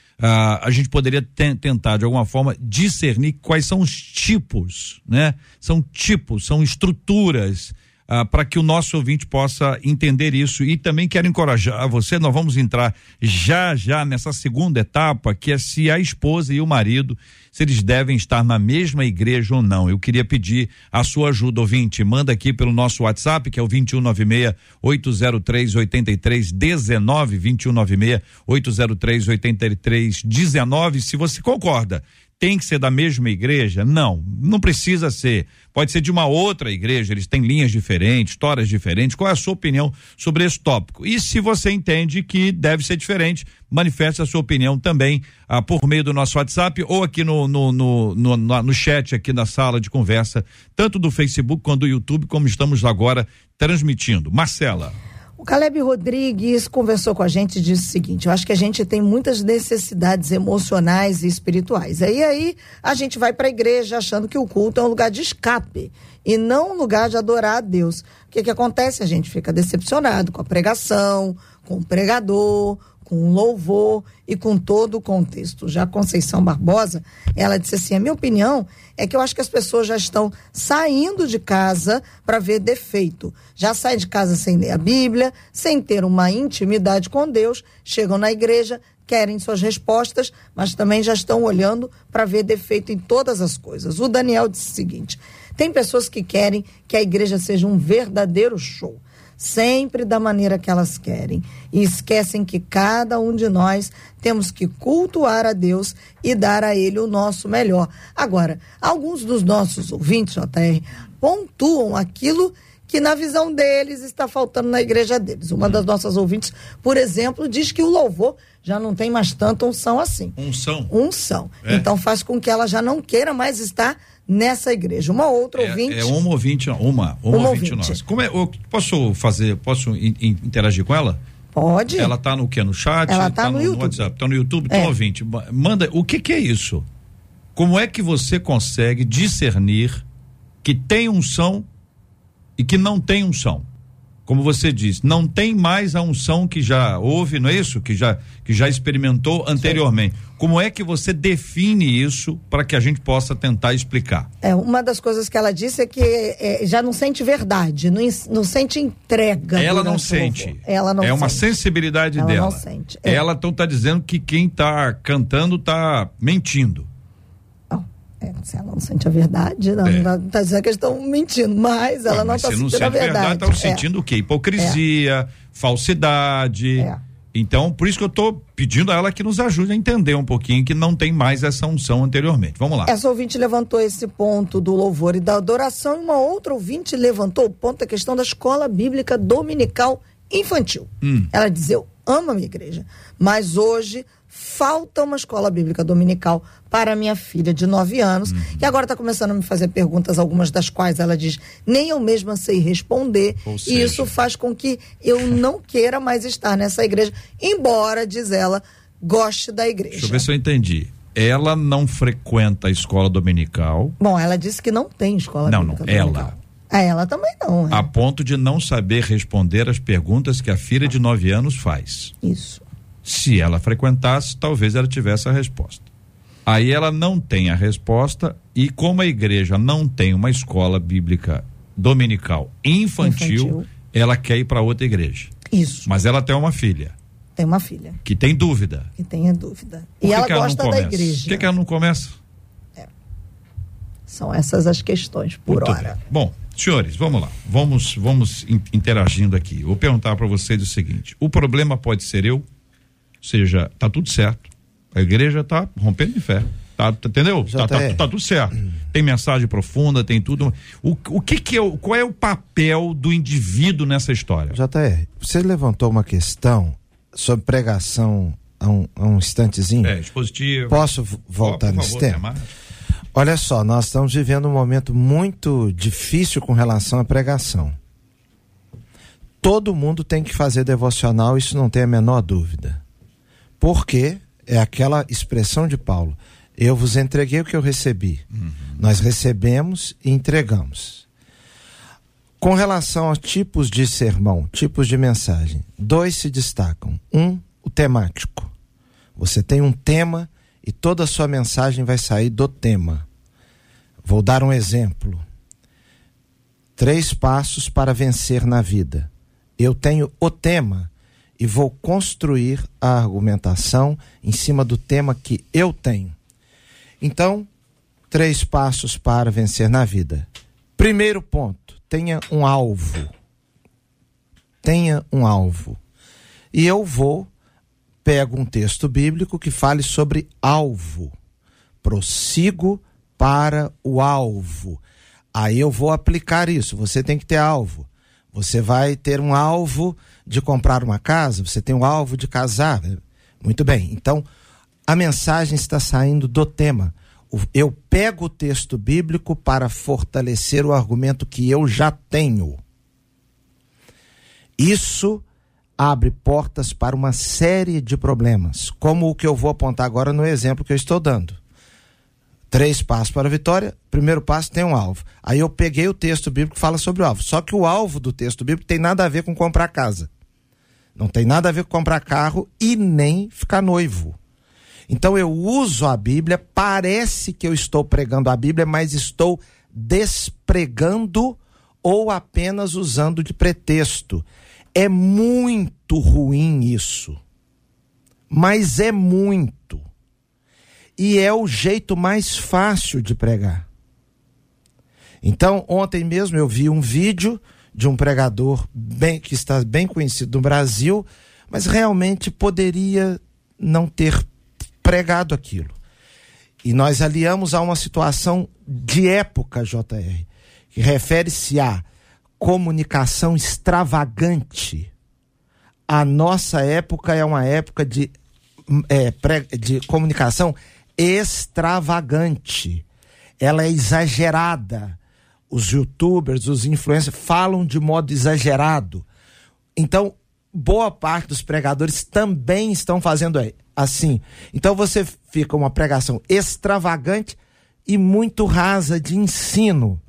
Speaker 2: Uh, a gente poderia te- tentar de alguma forma discernir quais são os tipos, né? São tipos, são estruturas uh, para que o nosso ouvinte possa entender isso. E também quero encorajar você, nós vamos entrar já já nessa segunda etapa, que é se a esposa e o marido, se eles devem estar na mesma igreja ou não. Eu queria pedir a sua ajuda, ouvinte. Manda aqui pelo nosso WhatsApp, que é o vinte e um noventa e seis, oito zero três, oitenta e três dezenove, vinte e um noventa e seis, oito zero três, oitenta e três dezenove. Se você concorda, tem que ser da mesma igreja? Não, não precisa ser. Pode ser de uma outra igreja, eles têm linhas diferentes, histórias diferentes. Qual é a sua opinião sobre esse tópico? E se você entende que deve ser diferente, manifeste a sua opinião também ah, por meio do nosso WhatsApp ou aqui no, no, no, no, no, no chat aqui na sala de conversa, tanto do Facebook quanto do YouTube, como estamos agora transmitindo. Marcela.
Speaker 7: O Caleb Rodrigues conversou com a gente e disse o seguinte: eu acho que a gente tem muitas necessidades emocionais e espirituais. Aí aí a gente vai para a igreja achando que o culto é um lugar de escape e não um lugar de adorar a Deus. O que que acontece? A gente fica decepcionado com a pregação, com o pregador, com o louvor e com todo o contexto. Já a Conceição Barbosa, ela disse assim: a minha opinião é que eu acho que as pessoas já estão saindo de casa para ver defeito. Já saem de casa sem ler a Bíblia, sem ter uma intimidade com Deus, chegam na igreja, querem suas respostas, mas também já estão olhando para ver defeito em todas as coisas. O Daniel disse o seguinte: tem pessoas que querem que a igreja seja um verdadeiro show, sempre da maneira que elas querem, e esquecem que cada um de nós temos que cultuar a Deus e dar a Ele o nosso melhor. Agora, alguns dos nossos ouvintes, J R, pontuam aquilo que na visão deles está faltando na igreja deles. Uma das nossas ouvintes, por exemplo, diz que o louvor já não tem mais tanta unção assim.
Speaker 2: Unção?
Speaker 7: Unção. É. Então faz com que ela já não queira mais estar nessa igreja. Uma outra
Speaker 2: é,
Speaker 7: ouvinte.
Speaker 2: É uma ouvinte, uma, uma,
Speaker 7: uma
Speaker 2: ouvinte,
Speaker 7: ouvinte
Speaker 2: nossa. Como é, eu posso fazer, posso in, in, interagir com ela?
Speaker 7: Pode.
Speaker 2: Ela tá no quê? No chat?
Speaker 7: Ela tá, tá no, no YouTube.
Speaker 2: WhatsApp, tá no YouTube, então
Speaker 7: é.
Speaker 2: ouvinte, manda, o que que é isso? Como é que você consegue discernir que tem unção e que não tem unção? Como você diz, não tem mais a unção que já houve, não é isso? Que já, que já experimentou anteriormente. Sim. Como é que você define isso para que a gente possa tentar explicar?
Speaker 7: É, uma das coisas que ela disse é que é, já não sente verdade, não, não sente entrega.
Speaker 2: Ela não sente.
Speaker 7: Ela não
Speaker 2: é
Speaker 7: sente.
Speaker 2: uma sensibilidade
Speaker 7: ela
Speaker 2: dela.
Speaker 7: Ela não sente. É.
Speaker 2: Ela então está dizendo que quem está cantando está mentindo.
Speaker 7: É, se ela não sente a verdade, não está é. dizendo que eles estão mentindo, mas ela não está sentindo a verdade.
Speaker 2: Estão sentindo é. o quê? Hipocrisia, é. falsidade. É. Então, por isso que eu estou pedindo a ela que nos ajude a entender um pouquinho que não tem mais essa unção anteriormente. Vamos lá.
Speaker 7: Essa ouvinte levantou esse ponto do louvor e da adoração, e uma outra ouvinte levantou o ponto da questão da escola bíblica dominical infantil. Hum. Ela diz: eu amo a minha igreja, mas hoje falta uma escola bíblica dominical para minha filha de nove anos, uhum. e agora está começando a me fazer perguntas, algumas das quais ela diz, nem eu mesma sei responder, seja... e isso faz com que eu não queira mais estar nessa igreja, embora, diz ela, goste da igreja.
Speaker 2: Deixa eu ver se eu entendi. Ela não frequenta a escola dominical.
Speaker 7: Bom, ela disse que não tem escola
Speaker 2: não,
Speaker 7: bíblica
Speaker 2: não,
Speaker 7: dominical.
Speaker 2: Ela.
Speaker 7: Ah, ela também não. É.
Speaker 2: A ponto de não saber responder as perguntas que a filha de nove anos faz.
Speaker 7: Isso.
Speaker 2: Se ela frequentasse, talvez ela tivesse a resposta. Aí ela não tem a resposta, e como a igreja não tem uma escola bíblica dominical infantil, infantil. ela quer ir para outra igreja.
Speaker 7: Isso.
Speaker 2: Mas ela tem uma filha.
Speaker 7: Tem uma filha.
Speaker 2: Que tem dúvida.
Speaker 7: Que tem a dúvida. E ela gosta da igreja.
Speaker 2: Por que, que ela não começa?
Speaker 7: É. São essas as questões, por
Speaker 2: Muito
Speaker 7: hora.
Speaker 2: Bem. Bom, senhores, vamos lá. Vamos, vamos interagindo aqui. Vou perguntar para vocês o seguinte: o problema pode ser eu? Ou seja, tá tudo certo. A igreja tá rompendo de fé. Tá, entendeu? Tá, tá, tá tudo certo. Tem mensagem profunda, tem tudo. O, o que que é o, qual é o papel do indivíduo nessa história?
Speaker 3: J R, você levantou uma questão sobre pregação há um, há um instantezinho.
Speaker 2: É, dispositivo.
Speaker 3: Posso v- voltar
Speaker 2: por
Speaker 3: nesse
Speaker 2: favor,
Speaker 3: tema? Olha só, nós estamos vivendo um momento muito difícil com relação à pregação. Todo mundo tem que fazer devocional, isso não tem a menor dúvida. Porque é aquela expressão de Paulo: eu vos entreguei o que eu recebi. Uhum. Nós recebemos e entregamos. Com relação a tipos de sermão, tipos de mensagem, dois se destacam. Um, o temático. Você tem um tema e toda a sua mensagem vai sair do tema. Vou dar um exemplo. Três passos para vencer na vida. Eu tenho o tema e vou construir a argumentação em cima do tema que eu tenho. Então, três passos para vencer na vida. Primeiro ponto, tenha um alvo. Tenha um alvo. E eu vou, pego um texto bíblico que fale sobre alvo. Prossigo para o alvo. Aí eu vou aplicar isso. Você tem que ter alvo. Você vai ter um alvo de comprar uma casa, você tem um alvo de casar. Muito bem. Então, a mensagem está saindo do tema. Eu pego o texto bíblico para fortalecer o argumento que eu já tenho. Isso abre portas para uma série de problemas, como o que eu vou apontar agora no exemplo que eu estou dando. Três passos para a vitória. Primeiro passo, tem um alvo. Aí eu peguei o texto bíblico que fala sobre o alvo. Só que o alvo do texto bíblico tem nada a ver com comprar casa. Não tem nada a ver com comprar carro e nem ficar noivo. Então eu uso a Bíblia, parece que eu estou pregando a Bíblia, mas estou despregando ou apenas usando de pretexto. É muito ruim isso. Mas é muito. E é o jeito mais fácil de pregar. Então, ontem mesmo eu vi um vídeo de um pregador bem, que está bem conhecido no Brasil, mas realmente poderia não ter pregado aquilo. E nós aliamos a uma situação de época, J R, que refere-se a comunicação extravagante. A nossa época é uma época de, é, de comunicação extravagante. ela é exagerada. Os youtubers, os influencers falam de modo exagerado. Então, boa parte dos pregadores também estão fazendo assim. Então você fica uma pregação extravagante e muito rasa de ensino.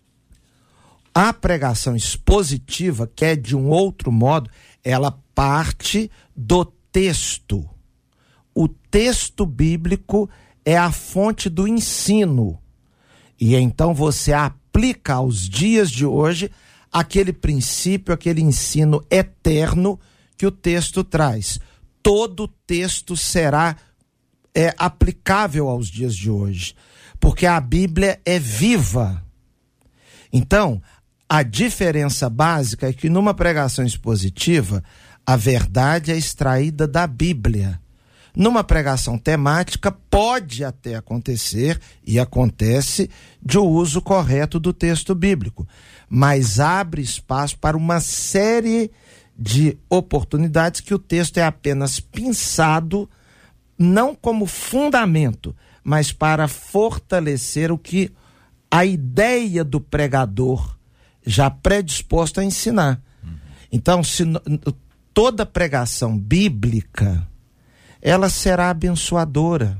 Speaker 3: A pregação expositiva, que é de um outro modo, ela parte do texto. O texto bíblico é a fonte do ensino. E então você aplica aos dias de hoje aquele princípio, aquele ensino eterno que o texto traz. Todo texto será é, aplicável aos dias de hoje, porque a Bíblia é viva. Então, a diferença básica é que numa pregação expositiva, a verdade é extraída da Bíblia. Numa pregação temática, pode até acontecer, e acontece, de o uso correto do texto bíblico, mas abre espaço para uma série de oportunidades que o texto é apenas pinçado, não como fundamento, mas para fortalecer o que a ideia do pregador já predisposto a ensinar. Então, se toda pregação bíblica, ela será abençoadora.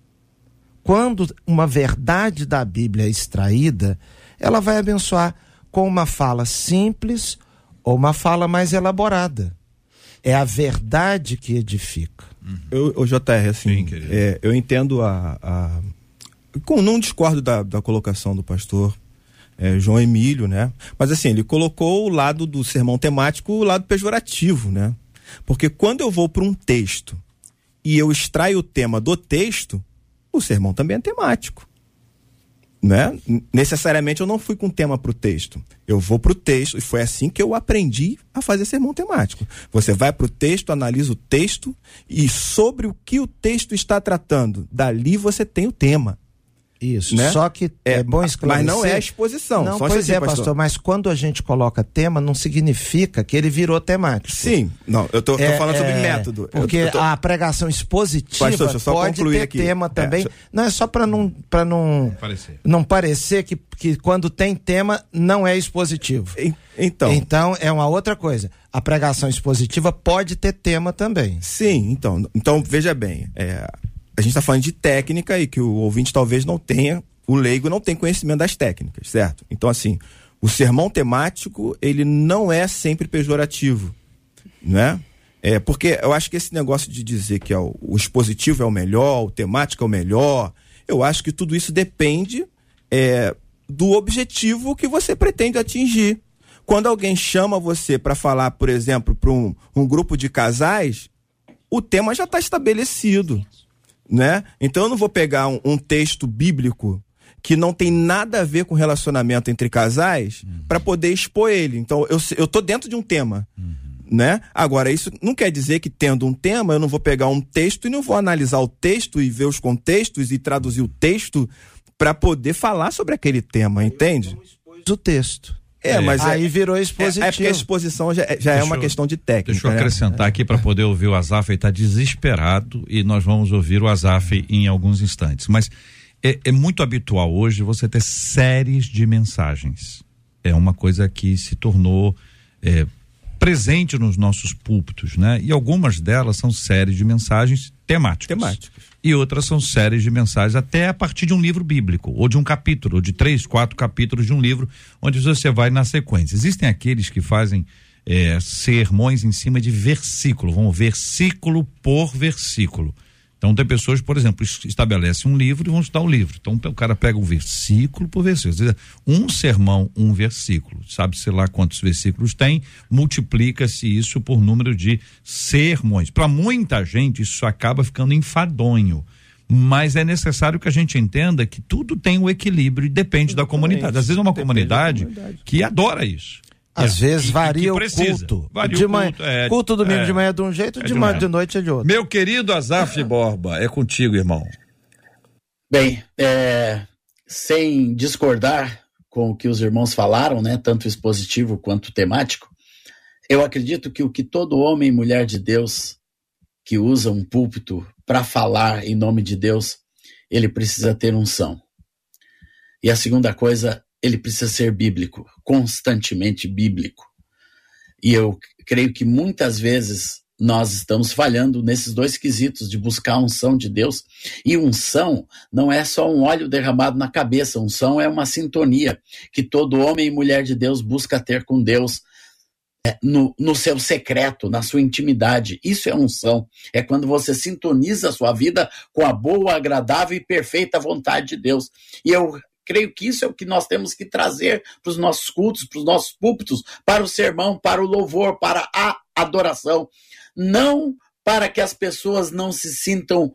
Speaker 3: Quando uma verdade da Bíblia é extraída, ela vai abençoar com uma fala simples ou uma fala mais elaborada. É a verdade que edifica.
Speaker 5: Eu, o J R, assim, Sim, é, eu entendo a... a... Com, não discordo da, da colocação do pastor é, João Emílio, né? Mas assim, ele colocou o lado do sermão temático, o lado pejorativo, né? Porque quando eu vou para um texto e eu extraio o tema do texto, o sermão também é temático, né? Necessariamente eu não fui com tema para o texto, eu vou para o texto, e foi assim que eu aprendi a fazer sermão temático. Você vai para o texto, analisa o texto, e sobre o que o texto está tratando, dali você tem o tema.
Speaker 3: Isso,
Speaker 5: né?
Speaker 3: Só que é, é bom esclarecer.
Speaker 5: Mas não é a exposição.
Speaker 3: Não,
Speaker 5: só
Speaker 3: pois
Speaker 5: assim,
Speaker 3: é,
Speaker 5: pastor.
Speaker 3: pastor, mas quando a gente coloca tema, não significa que ele virou temático.
Speaker 5: Sim, não, eu tô,
Speaker 3: é,
Speaker 5: tô falando
Speaker 3: é,
Speaker 5: sobre método.
Speaker 3: Porque
Speaker 5: eu, eu tô...
Speaker 3: a pregação expositiva
Speaker 5: pastor, deixa eu só
Speaker 3: pode
Speaker 5: concluir
Speaker 3: ter
Speaker 5: aqui.
Speaker 3: tema também.
Speaker 5: É,
Speaker 3: não é só para não, pra não,
Speaker 2: parecer.
Speaker 3: não parecer que, que quando tem tema não é expositivo.
Speaker 5: Então,
Speaker 3: então é uma outra coisa. A pregação expositiva pode ter tema também.
Speaker 5: Sim, então, então veja bem, é, a gente está falando de técnica e que o ouvinte talvez não tenha, o leigo não tem conhecimento das técnicas, certo? Então, assim, o sermão temático, ele não é sempre pejorativo, né? É, porque eu acho que esse negócio de dizer que é o, o expositivo é o melhor, o temático é o melhor, eu acho que tudo isso depende é, do objetivo que você pretende atingir. Quando alguém chama você para falar, por exemplo, para um, um grupo de casais, o tema já está estabelecido, né? Então eu não vou pegar um, um texto bíblico que não tem nada a ver com relacionamento entre casais uhum. para poder expor ele. Então eu, eu tô dentro de um tema, uhum. né? Agora, isso não quer dizer que tendo um tema eu não vou pegar um texto e não vou analisar o texto e ver os contextos e traduzir o texto para poder falar sobre aquele tema, entende?
Speaker 3: Do texto.
Speaker 5: É, é, mas
Speaker 3: aí
Speaker 5: é,
Speaker 3: virou expositivo.
Speaker 5: É, é porque a exposição já, já é uma eu, questão de técnica.
Speaker 2: Deixa eu
Speaker 5: né?
Speaker 2: acrescentar aqui para poder ouvir o Azaf, ele está desesperado e nós vamos ouvir o Azaf em alguns instantes. Mas é, é muito habitual hoje você ter séries de mensagens. É uma coisa que se tornou é, presente nos nossos púlpitos, né? E algumas delas são séries de mensagens temáticas.
Speaker 5: Temáticas.
Speaker 2: E outras são séries de mensagens até a partir de um livro bíblico, ou de um capítulo, ou de três, quatro capítulos de um livro, onde você vai na sequência. Existem aqueles que fazem é, sermões em cima de versículo, vão versículo por versículo. Então tem pessoas, por exemplo, estabelecem um livro e vão estudar o livro. Então o cara pega um versículo por versículo. Um sermão, um versículo. Sabe-se lá quantos versículos tem, multiplica-se isso por número de sermões. Para muita gente isso acaba ficando enfadonho. Mas é necessário que a gente entenda que tudo tem um equilíbrio e depende da comunidade. Às vezes é uma comunidade, comunidade que adora isso.
Speaker 3: Às
Speaker 2: é,
Speaker 3: vezes
Speaker 2: que,
Speaker 3: varia
Speaker 2: que
Speaker 3: o culto.
Speaker 2: Varia
Speaker 3: de
Speaker 2: o
Speaker 3: manhã,
Speaker 2: culto, é,
Speaker 3: culto domingo
Speaker 2: é,
Speaker 3: de manhã é de um jeito,
Speaker 2: é
Speaker 3: de,
Speaker 2: de,
Speaker 3: manhã, de noite é de outro.
Speaker 2: Meu querido Azaf Borba, é contigo, irmão.
Speaker 4: Bem, é, sem discordar com o que os irmãos falaram, né, tanto expositivo quanto temático, eu acredito que o que todo homem e mulher de Deus que usa um púlpito para falar em nome de Deus, ele precisa ter unção. E a segunda coisa, ele precisa ser bíblico, constantemente bíblico. E eu creio que muitas vezes nós estamos falhando nesses dois quesitos de buscar a unção de Deus. E unção não é só um óleo derramado na cabeça, unção é uma sintonia que todo homem e mulher de Deus busca ter com Deus é, no, no seu secreto, na sua intimidade. Isso é unção, é quando você sintoniza a sua vida com a boa, agradável e perfeita vontade de Deus. E eu creio que isso é o que nós temos que trazer para os nossos cultos, para os nossos púlpitos, para o sermão, para o louvor, para a adoração. Não para que as pessoas não se sintam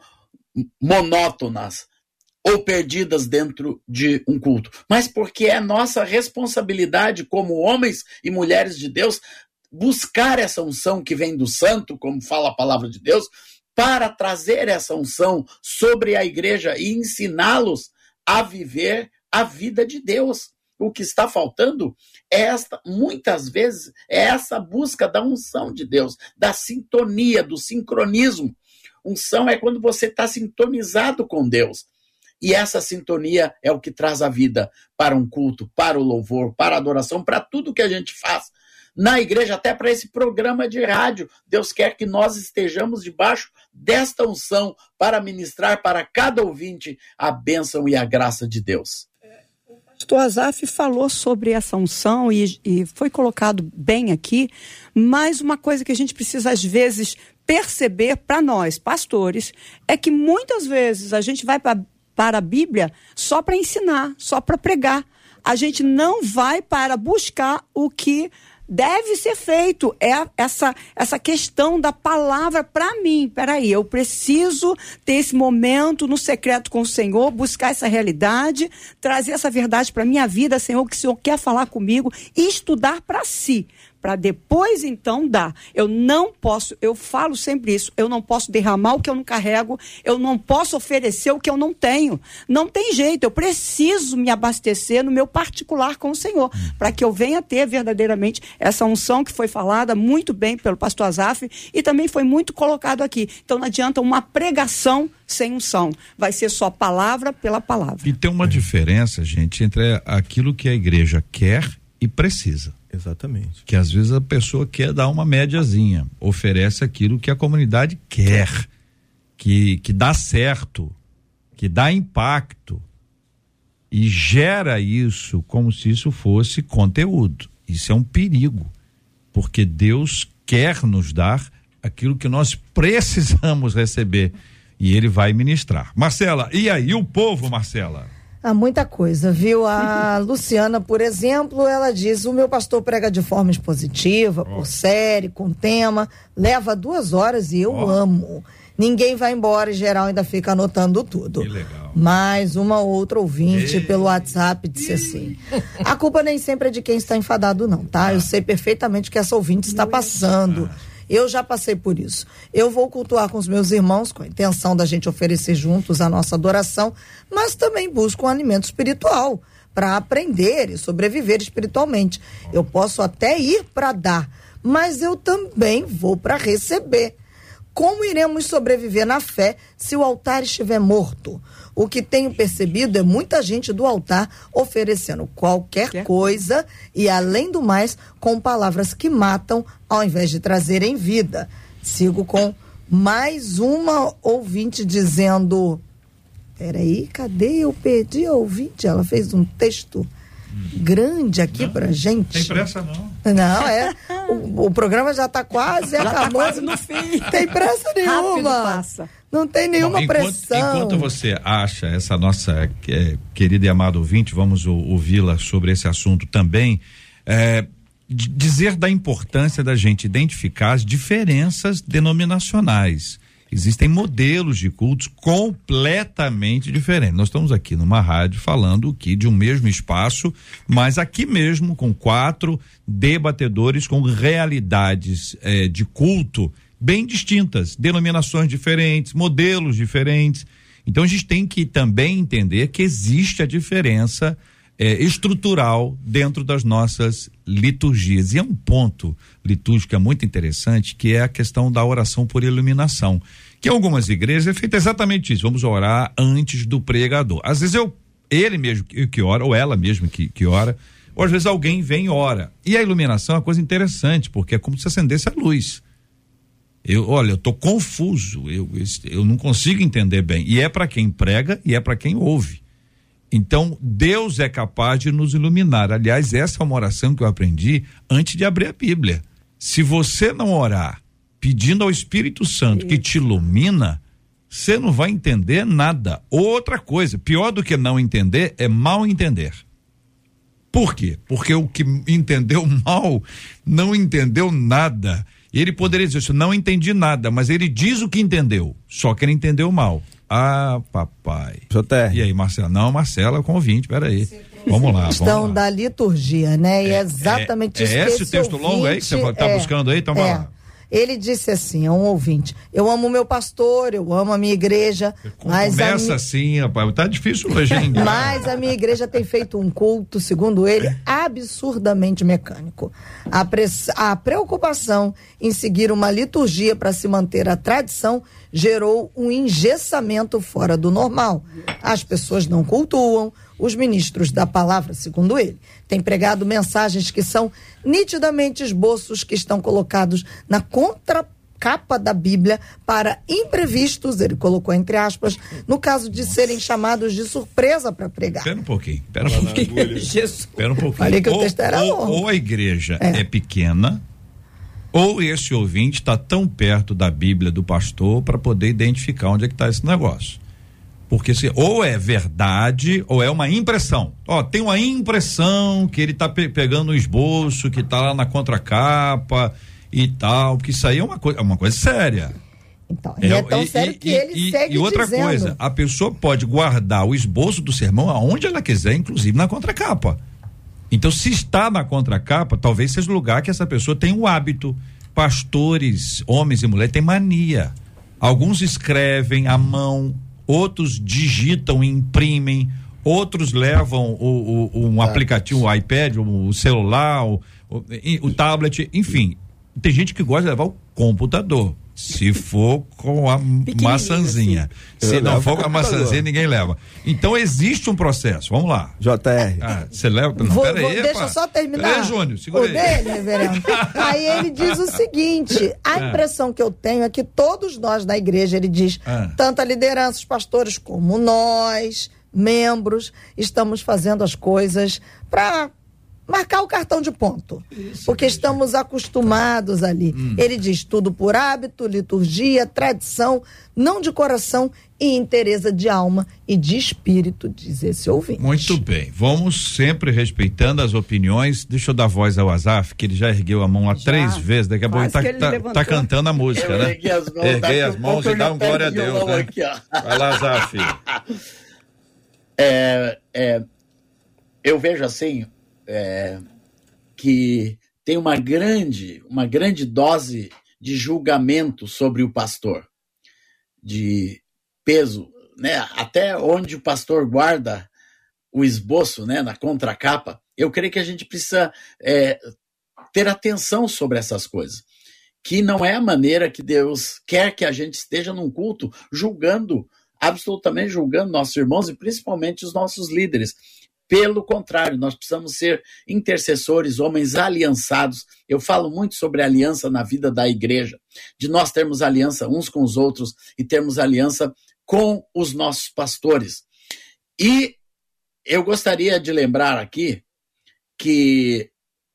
Speaker 4: monótonas ou perdidas dentro de um culto, mas porque é nossa responsabilidade como homens e mulheres de Deus buscar essa unção que vem do santo, como fala a palavra de Deus, para trazer essa unção sobre a igreja e ensiná-los a viver a vida de Deus. O que está faltando é esta, muitas vezes, é essa busca da unção de Deus, da sintonia, do sincronismo. Unção é quando você está sintonizado com Deus. E essa sintonia é o que traz a vida para um culto, para o louvor, para a adoração, para tudo que a gente faz. Na igreja, até para esse programa de rádio, Deus quer que nós estejamos debaixo desta unção para ministrar para cada ouvinte a bênção e a graça de Deus.
Speaker 6: O pastor Azaf falou sobre essa unção e, e foi colocado bem aqui, mas uma coisa que a gente precisa às vezes perceber para nós, pastores, é que muitas vezes a gente vai pra, para a Bíblia só para ensinar, só para pregar. A gente não vai para buscar o que deve ser feito, é essa, essa questão da palavra para mim. Peraí, eu preciso ter esse momento no secreto com o Senhor, buscar essa realidade, trazer essa verdade para minha vida, Senhor, que o Senhor quer falar comigo, e estudar para si, para depois então dar. Eu não posso, eu falo sempre isso, eu não posso derramar o que eu não carrego, eu não posso oferecer o que eu não tenho. Não tem jeito, eu preciso me abastecer no meu particular com o Senhor, para que eu venha ter verdadeiramente essa unção que foi falada muito bem pelo pastor Azaf e também foi muito colocado aqui. Então não adianta uma pregação sem unção, vai ser só palavra pela palavra.
Speaker 2: E tem uma diferença, gente, entre aquilo que a igreja quer e precisa.
Speaker 5: Exatamente.
Speaker 2: Que às vezes a pessoa quer dar uma médiazinha, oferece aquilo que a comunidade quer, que, que dá certo, que dá impacto e gera isso como se isso fosse conteúdo. Isso é um perigo, porque Deus quer nos dar aquilo que nós precisamos receber e Ele vai ministrar. Marcela, e aí o povo, Marcela?
Speaker 7: Há muita coisa, viu? A Luciana, por exemplo, ela diz: o meu pastor prega de forma expositiva, oh. por série, com tema, leva duas horas e eu oh. amo. Ninguém vai embora e geral ainda fica anotando tudo.
Speaker 2: Que legal.
Speaker 7: Mais uma outra ouvinte
Speaker 2: Ei.
Speaker 7: pelo WhatsApp disse assim: a culpa nem sempre é de quem está enfadado, não, tá? Ah. Eu sei perfeitamente o que essa ouvinte está passando. Ah. Eu já passei por isso. Eu vou cultuar com os meus irmãos com a intenção da gente oferecer juntos a nossa adoração, mas também busco um alimento espiritual para aprender e sobreviver espiritualmente. Eu posso até ir para dar, mas eu também vou para receber. Como iremos sobreviver na fé se o altar estiver morto? O que tenho percebido é muita gente do altar oferecendo qualquer que? coisa e, além do mais, com palavras que matam ao invés de trazerem vida. Sigo com mais uma ouvinte dizendo... Peraí, cadê? Eu perdi a ouvinte. Ela fez um texto grande aqui não, pra gente.
Speaker 2: Tem pressa não.
Speaker 7: Não, é. O, o programa já tá quase
Speaker 6: já
Speaker 7: acabando.
Speaker 6: Tá quase no fim.
Speaker 7: Tem pressa nenhuma.
Speaker 6: Passa.
Speaker 7: Não tem nenhuma
Speaker 2: Bom, enquanto,
Speaker 7: pressão.
Speaker 2: Enquanto você acha essa nossa é, querida e amada ouvinte, vamos ouvi-la sobre esse assunto também, é, dizer da importância da gente identificar as diferenças denominacionais. Existem modelos de cultos completamente diferentes. Nós estamos aqui numa rádio falando aqui de um mesmo espaço, mas aqui mesmo com quatro debatedores com realidades eh, de culto bem distintas, denominações diferentes, modelos diferentes. Então a gente tem que também entender que existe a diferença eh, estrutural dentro das nossas liturgias. E é um ponto litúrgico muito interessante, que é a questão da oração por iluminação, que em algumas igrejas é feito exatamente isso: vamos orar antes do pregador. Às vezes eu ele mesmo que, que ora, ou ela mesmo que, que ora, ou às vezes alguém vem e ora. E a iluminação é uma coisa interessante, porque é como se acendesse a luz. Eu, olha, eu tô confuso, eu, eu não consigo entender bem. E é para quem prega e é para quem ouve. Então, Deus é capaz de nos iluminar. Aliás, essa é uma oração que eu aprendi antes de abrir a Bíblia. Se você não orar pedindo ao Espírito Santo que te ilumina, você não vai entender nada. Outra coisa, pior do que não entender é mal entender. Por quê? Porque o que entendeu mal não entendeu nada. E ele poderia dizer assim, não entendi nada, mas ele diz o que entendeu, só que ele entendeu mal. Ah, papai.
Speaker 5: J R.
Speaker 2: E aí, Marcela? Não, Marcela é convinte, peraí. Vamos lá,
Speaker 7: questão
Speaker 2: vamos lá.
Speaker 7: da liturgia, né? E é,
Speaker 2: É,
Speaker 7: exatamente
Speaker 2: é,
Speaker 7: isso
Speaker 2: é
Speaker 7: que
Speaker 2: esse
Speaker 7: esse
Speaker 2: texto longo aí que você está
Speaker 7: é,
Speaker 2: buscando aí? Então vai
Speaker 7: é.
Speaker 2: lá.
Speaker 7: Ele disse assim, é um ouvinte, eu amo o meu pastor, eu amo a minha igreja, mas a
Speaker 2: Começa
Speaker 7: minha...
Speaker 2: assim, rapaz, tá difícil hoje, hein?
Speaker 7: Mas a minha igreja tem feito um culto, segundo ele, absurdamente mecânico. A, press... a preocupação em seguir uma liturgia para se manter a tradição gerou um engessamento fora do normal. As pessoas não cultuam, os ministros da palavra, segundo ele, têm pregado mensagens que são nitidamente esboços que estão colocados na contracapa da Bíblia para imprevistos, ele colocou entre aspas, no caso de serem chamados de surpresa para pregar.
Speaker 2: Espera um pouquinho, espera um pouquinho.
Speaker 7: Jesus.
Speaker 2: Espera um pouquinho.
Speaker 7: Falei que o
Speaker 2: ou,
Speaker 7: texto era
Speaker 2: ou,
Speaker 7: longo.
Speaker 2: ou a igreja é, é pequena, ou esse ouvinte está tão perto da Bíblia do pastor para poder identificar onde é que está esse negócio. Porque se, ou é verdade ou é uma impressão. Ó, tem uma impressão que ele tá pe- pegando um esboço que tá lá na contracapa e tal, porque isso aí é uma coisa, é uma coisa séria.
Speaker 7: Então, e é, é tão
Speaker 2: e,
Speaker 7: sério
Speaker 2: e,
Speaker 7: que
Speaker 2: e,
Speaker 7: ele
Speaker 2: e,
Speaker 7: segue
Speaker 2: e outra
Speaker 7: dizendo.
Speaker 2: coisa, a pessoa pode guardar o esboço do sermão aonde ela quiser, inclusive na contracapa. Então, se está na contracapa, talvez seja o lugar que essa pessoa tem o hábito. Pastores, homens e mulheres, têm mania. Alguns escrevem à mão, outros digitam e imprimem, outros levam o, o, um aplicativo, o iPad, o, o celular, o, o, o tablet, enfim. Tem gente que gosta de levar o computador, se for com a maçãzinha.
Speaker 5: Assim.
Speaker 2: Se
Speaker 5: Eu
Speaker 2: não
Speaker 5: levo
Speaker 2: for com a
Speaker 5: computador.
Speaker 2: maçãzinha, ninguém leva. Então existe um processo, vamos lá.
Speaker 5: J R.
Speaker 2: Ah, você leva? Não,
Speaker 7: Vou,
Speaker 2: pera
Speaker 7: vou,
Speaker 2: aí,
Speaker 7: deixa
Speaker 2: pá.
Speaker 7: eu só terminar.
Speaker 2: Pera aí, Júnior, segura
Speaker 7: o
Speaker 2: aí.
Speaker 7: dele, reverendo. Aí ele diz o seguinte, a
Speaker 2: Ah.
Speaker 7: impressão que eu tenho é que todos nós da igreja, ele diz,
Speaker 2: Ah.
Speaker 7: tanto a liderança, os pastores, como nós, membros, estamos fazendo as coisas para marcar o cartão de ponto. Isso, porque isso. Estamos acostumados ali. Hum. Ele diz tudo por hábito, liturgia, tradição, não de coração e interesse de alma e de espírito, diz esse ouvinte.
Speaker 2: Muito bem, vamos sempre respeitando as opiniões. Deixa eu dar voz ao Azaf, que ele já ergueu a mão há já, três vezes, daqui a pouco ele tá, ele tá, tá cantando a música,
Speaker 4: eu
Speaker 2: né?
Speaker 4: Erguei as mãos,
Speaker 2: erguei as mãos e dá um glória a Deus, né?
Speaker 4: Aqui,
Speaker 2: vai lá, Azaf.
Speaker 4: É, é, eu vejo assim, É, que tem uma grande, uma grande dose de julgamento sobre o pastor, de peso, né? Até onde o pastor guarda o esboço, né? Na contracapa. Eu creio que a gente precisa é, ter atenção sobre essas coisas, que não é a maneira que Deus quer que a gente esteja num culto julgando, absolutamente julgando nossos irmãos e principalmente os nossos líderes. Pelo contrário, nós precisamos ser intercessores, homens aliançados. Eu falo muito sobre aliança na vida da igreja, de nós termos aliança uns com os outros e termos aliança com os nossos pastores. E eu gostaria de lembrar aqui que,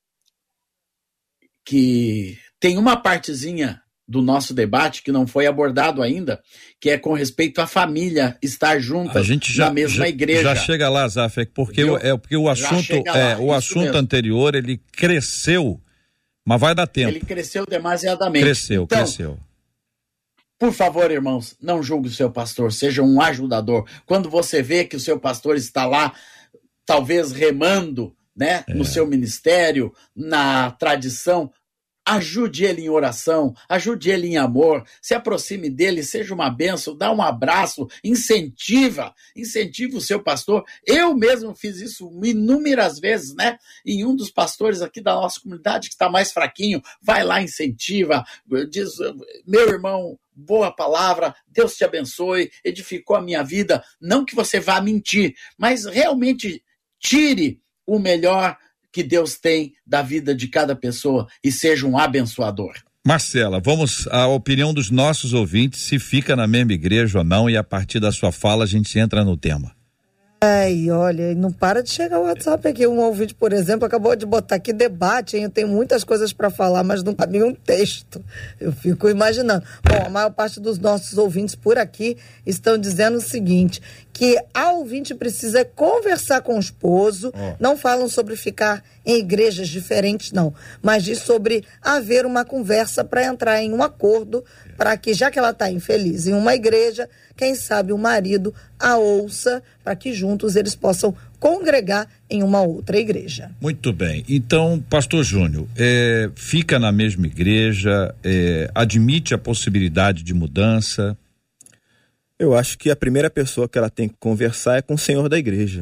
Speaker 4: que tem uma partezinha do nosso debate que não foi abordado ainda, que é com respeito à família estar junta
Speaker 2: a gente já,
Speaker 4: na mesma
Speaker 2: já,
Speaker 4: igreja.
Speaker 2: Já chega lá, Zaf, porque, o, é, porque o assunto, lá, é, o assunto anterior, ele cresceu, mas vai dar tempo.
Speaker 4: Ele cresceu demasiadamente.
Speaker 2: Cresceu,
Speaker 4: então,
Speaker 2: cresceu.
Speaker 4: Por favor, irmãos, não julgue o seu pastor, seja um ajudador. Quando você vê que o seu pastor está lá, talvez remando, né, é. no seu ministério, na tradição, ajude ele em oração, ajude ele em amor, se aproxime dele, seja uma bênção, dá um abraço, incentiva, incentiva o seu pastor. Eu mesmo fiz isso inúmeras vezes, né? Em um dos pastores aqui da nossa comunidade que está mais fraquinho, vai lá, incentiva, diz, meu irmão, boa palavra, Deus te abençoe, edificou a minha vida. Não que você vá mentir, mas realmente tire o melhor que Deus tem da vida de cada pessoa e seja um abençoador.
Speaker 2: Marcela, vamos à opinião dos nossos ouvintes, se fica na mesma igreja ou não, e a partir da sua fala a gente entra no tema.
Speaker 7: Ai, olha, não para de chegar o WhatsApp aqui. Um ouvinte, por exemplo, acabou de botar aqui debate, hein? Eu tenho muitas coisas para falar, mas não cabe um texto. Eu fico imaginando. Bom, a maior parte dos nossos ouvintes por aqui estão dizendo o seguinte, que a ouvinte precisa conversar com o esposo, oh. Não falam sobre ficar em igrejas diferentes, não, mas diz sobre haver uma conversa para entrar em um acordo, para que, já que ela está infeliz em uma igreja, quem sabe o marido a ouça, para que juntos eles possam congregar em uma outra igreja.
Speaker 2: Muito bem. Então, pastor Júnior, é, fica na mesma igreja, é, admite a possibilidade de mudança?
Speaker 5: Eu acho que a primeira pessoa que ela tem que conversar é com o senhor da igreja.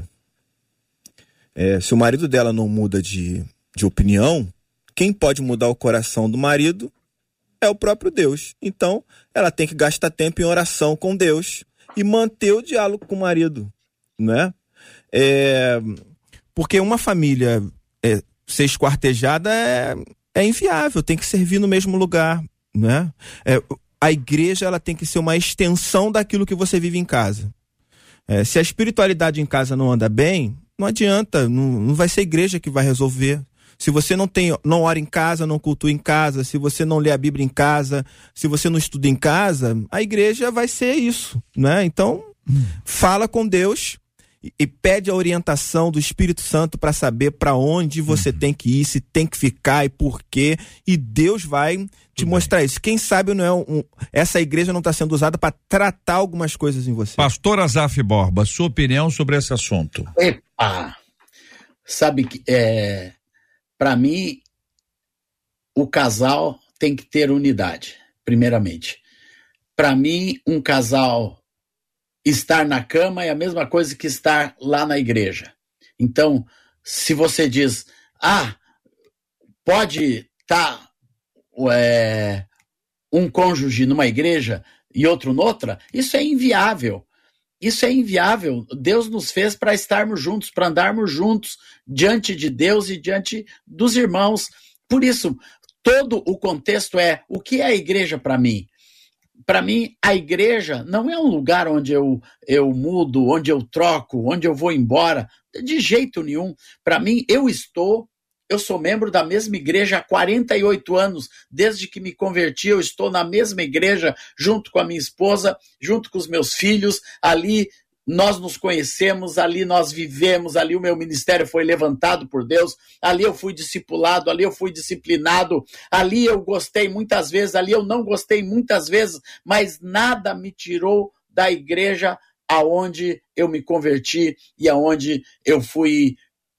Speaker 5: É, se o marido dela não muda de, de opinião, quem pode mudar o coração do marido é o próprio Deus. Então, ela tem que gastar tempo em oração com Deus e manter o diálogo com o marido, né? É, porque uma família é, ser esquartejada é, é inviável, tem que servir no mesmo lugar, né? É, a igreja, ela tem que ser uma extensão daquilo que você vive em casa. É, se a espiritualidade em casa não anda bem, não adianta, não, não vai ser a igreja que vai resolver. Se você não tem, não ora em casa, não cultua em casa, se você não lê a Bíblia em casa, se você não estuda em casa, a igreja vai ser isso, né? Então, hum. fala com Deus e, e pede a orientação do Espírito Santo para saber para onde você hum. tem que ir, se tem que ficar e por quê, e Deus vai te Tudo mostrar bem. Isso. Quem sabe não é um, essa igreja não está sendo usada para tratar algumas coisas em você.
Speaker 2: Pastor Azaf Borba, sua opinião sobre esse assunto?
Speaker 4: Epa! Sabe que é... Para mim, o casal tem que ter unidade, primeiramente. Para mim, um casal estar na cama é a mesma coisa que estar lá na igreja. Então, se você diz, ah, pode estar tá, é, um cônjuge numa igreja e outro noutra, isso é inviável. Isso é inviável. Deus nos fez para estarmos juntos, para andarmos juntos diante de Deus e diante dos irmãos. Por isso, todo o contexto é o que é a igreja para mim? Para mim, a igreja não é um lugar onde eu, eu mudo, onde eu troco, onde eu vou embora. De jeito nenhum. Para mim, eu estou... Eu sou membro da mesma igreja há quarenta e oito anos. Desde que me converti, eu estou na mesma igreja, junto com a minha esposa, junto com os meus filhos. Ali nós nos conhecemos, ali nós vivemos, ali o meu ministério foi levantado por Deus, ali eu fui discipulado, ali eu fui disciplinado, ali eu gostei muitas vezes, ali eu não gostei muitas vezes, mas nada me tirou da igreja aonde eu me converti e aonde eu fui...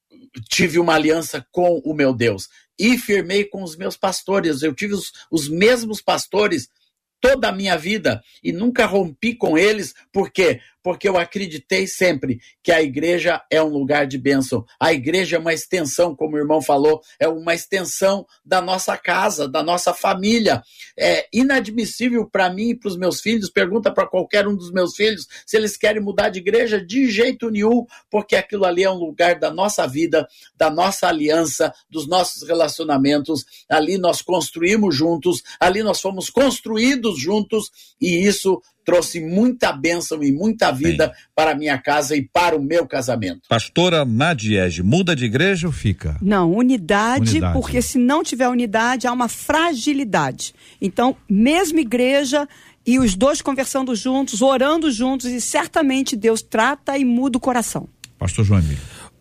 Speaker 4: tive uma aliança com o meu Deus e firmei com os meus pastores. Eu tive os, os mesmos pastores toda a minha vida e nunca rompi com eles. Por quê? Porque eu acreditei sempre que a igreja é um lugar de bênção. A igreja é uma extensão, como o irmão falou, é uma extensão da nossa casa, da nossa família. É inadmissível para mim e para os meus filhos, pergunta para qualquer um dos meus filhos se eles querem mudar de igreja, de jeito nenhum, porque aquilo ali é um lugar da nossa vida, da nossa aliança, dos nossos relacionamentos. Ali nós construímos juntos, ali nós fomos construídos juntos e isso trouxe muita bênção e muita vida Bem. para a minha casa e para o meu casamento.
Speaker 2: Pastora Nadiege, muda de igreja ou fica?
Speaker 6: Não, unidade, unidade, porque se não tiver unidade, há uma fragilidade. Então, mesma igreja e os dois conversando juntos, orando juntos, e certamente Deus trata e muda o coração.
Speaker 2: Pastor João Emílio.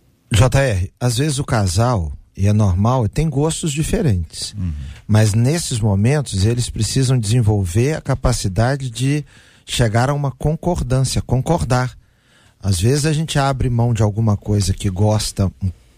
Speaker 3: J R, às vezes o casal, e é normal, tem gostos diferentes. Uhum. Mas nesses momentos, eles precisam desenvolver a capacidade de chegar a uma concordância, concordar. Às vezes a gente abre mão de alguma coisa que gosta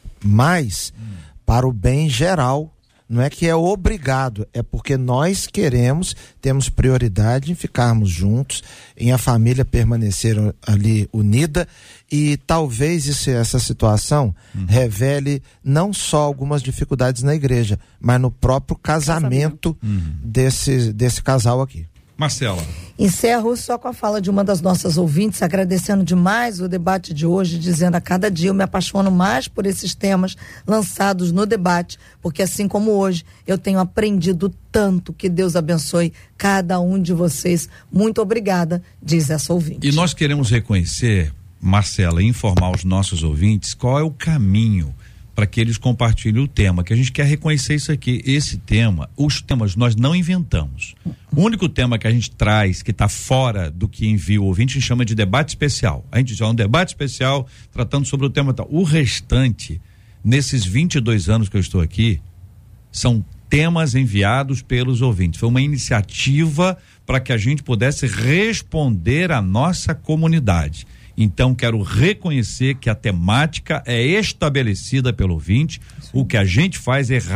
Speaker 3: mais hum. para o bem geral. Não é que é obrigado, é porque nós queremos, temos prioridade em ficarmos juntos, em a família permanecer ali unida, e talvez isso, essa situação hum. revele não só algumas dificuldades na igreja, mas no próprio casamento, casamento. Hum. desse, desse casal aqui.
Speaker 2: Marcela.
Speaker 7: Encerro só com a fala de uma das nossas ouvintes, agradecendo demais o debate de hoje, dizendo a cada dia eu me apaixono mais por esses temas lançados no debate, porque assim como hoje, eu tenho aprendido tanto. Que Deus abençoe cada um de vocês. Muito obrigada, diz essa ouvinte.
Speaker 2: E nós queremos reconhecer, Marcela, informar os nossos ouvintes qual é o caminho para que eles compartilhem o tema, que a gente quer reconhecer isso aqui, esse tema, os temas nós não inventamos. O único tema que a gente traz, que está fora do que envia o ouvinte, a gente chama de debate especial. A gente chama um debate especial tratando sobre o tema tal. O restante, nesses vinte e dois anos que eu estou aqui, são temas enviados pelos ouvintes. Foi uma iniciativa para que a gente pudesse responder à nossa comunidade. Então, quero reconhecer que a temática é estabelecida pelo ouvinte. Sim. O que a gente faz é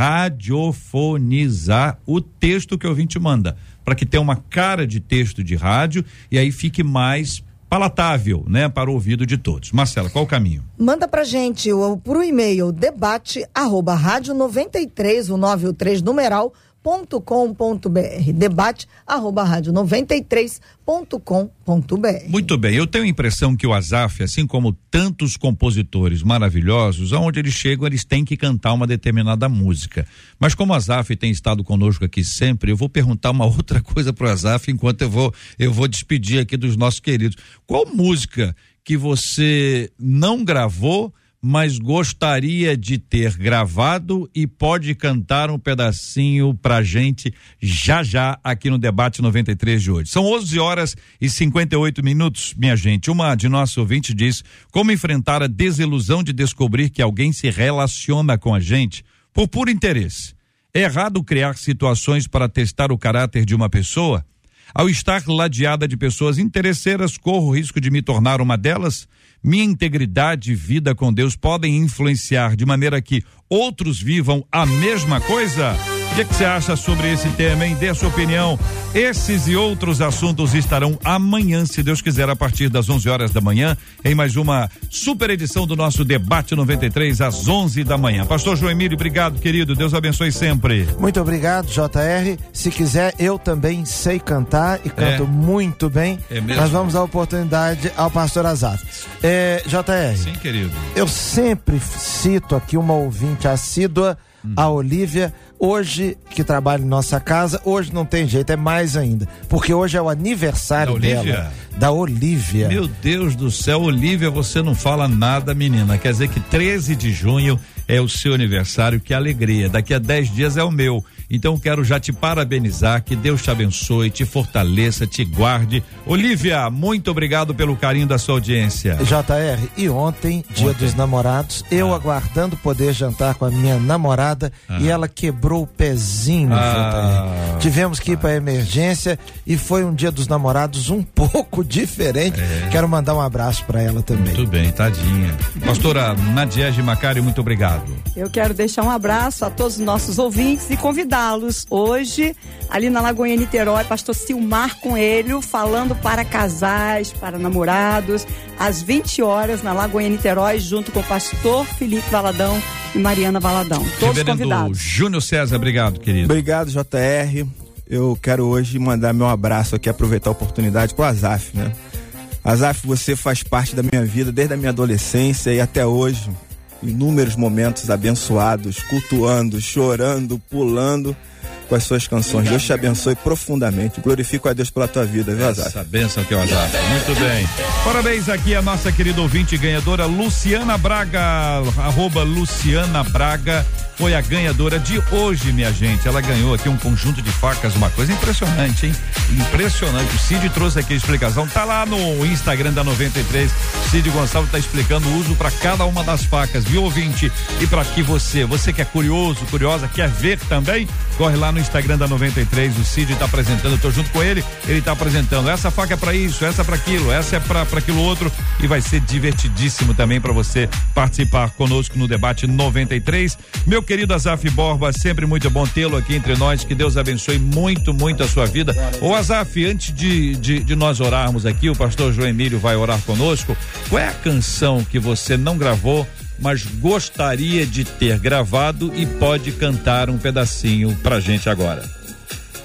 Speaker 2: radiofonizar o texto que o ouvinte manda, para que tenha uma cara de texto de rádio e aí fique mais palatável, né, para o ouvido de todos. Marcela, qual o caminho?
Speaker 7: Manda pra gente o, pro e-mail debate arroba rádio noventa e três, o nove o três numeral, ponto com ponto br, debate arroba rádio noventa e três ponto com ponto br.
Speaker 2: Muito bem, eu tenho a impressão que o Azaf, assim como tantos compositores maravilhosos, aonde eles chegam, eles têm que cantar uma determinada música. Mas como o Azaf tem estado conosco aqui sempre, eu vou perguntar uma outra coisa pro Azaf enquanto eu vou, eu vou despedir aqui dos nossos queridos. Qual música que você não gravou, mas gostaria de ter gravado e pode cantar um pedacinho pra gente já já aqui no Debate noventa e três de hoje? São onze horas e cinquenta e oito minutos, minha gente. Uma de nossos ouvintes diz: como enfrentar a desilusão de descobrir que alguém se relaciona com a gente por puro interesse? É errado criar situações para testar o caráter de uma pessoa? Ao estar ladeada de pessoas interesseiras, corro o risco de me tornar uma delas? Minha integridade e vida com Deus podem influenciar de maneira que outros vivam a mesma coisa? O que você acha sobre esse tema, hein? Dê a sua opinião. Esses e outros assuntos estarão amanhã, se Deus quiser, a partir das onze horas da manhã, em mais uma super edição do nosso Debate noventa e três, às onze da manhã. Pastor João Emílio, obrigado, querido. Deus abençoe sempre.
Speaker 3: Muito obrigado, J R. Se quiser, eu também sei cantar e canto é. muito bem. É mesmo? Nós vamos dar oportunidade ao pastor Azaf. É, J R.
Speaker 2: Sim, querido.
Speaker 3: Eu sempre cito aqui uma ouvinte assídua, hum. a Olívia. Hoje, que trabalha em nossa casa, hoje não tem jeito, é mais ainda, porque hoje é o aniversário
Speaker 2: da
Speaker 3: dela, da Olívia.
Speaker 2: Meu Deus do céu, Olívia, você não fala nada, menina, quer dizer que treze de junho é o seu aniversário, que alegria, daqui a dez dias é o meu, então quero já te parabenizar, que Deus te abençoe, te fortaleça, te guarde. Olívia, muito obrigado pelo carinho da sua audiência.
Speaker 3: J R, e ontem, dia ontem. dos namorados, eu ah. aguardando poder jantar com a minha namorada ah. e ela quebrou o pezinho, ah. J R. Tivemos que ir para emergência e foi um dia dos namorados um pouco diferente. É. Quero mandar um abraço para ela também.
Speaker 2: Muito bem, tadinha. Pastora Nadiege Macari, muito obrigado.
Speaker 6: Eu quero deixar um abraço a todos os nossos ouvintes e convidá-los hoje, ali na Lagoinha Niterói, pastor Silmar Coelho, falando para casais, para namorados, às vinte horas na Lagoinha Niterói, junto com o pastor Felipe Valadão e Mariana Valadão. Todos Reverendo convidados.
Speaker 2: Júnior César, obrigado, querido.
Speaker 5: Obrigado, J R. Eu quero hoje mandar meu abraço aqui, aproveitar a oportunidade pro Azaf, né? Azaf, você faz parte da minha vida desde a minha adolescência e até hoje. Inúmeros momentos abençoados, cultuando, chorando, pulando com as suas canções. Deus te abençoe profundamente. Glorifico a Deus pela tua vida, viu, Azaf?
Speaker 2: Essa bênção que é o Azaf. Muito bem. Parabéns aqui a nossa querida ouvinte ganhadora, Luciana Braga, arroba Luciana Braga. Foi a ganhadora de hoje, minha gente. Ela ganhou aqui um conjunto de facas, uma coisa impressionante, hein? Impressionante. O Cid trouxe aqui a explicação. Tá lá no Instagram da noventa e três. Cid Gonçalves tá explicando o uso para cada uma das facas, viu, ouvinte? E para que você, você que é curioso, curiosa, quer ver também, corre lá no Instagram da noventa e três. O Cid tá apresentando, eu tô junto com ele. Ele tá apresentando. Essa faca é para isso, essa é para aquilo, essa é para para aquilo outro. E vai ser divertidíssimo também para você participar conosco no Debate noventa e três. Meu querido Azaf Borba, sempre muito bom tê-lo aqui entre nós, que Deus abençoe muito, muito a sua vida. Ô Azaf, antes de, de, de nós orarmos aqui, o pastor João Emílio vai orar conosco. Qual é a canção que você não gravou, mas gostaria de ter gravado e pode cantar um pedacinho pra gente agora?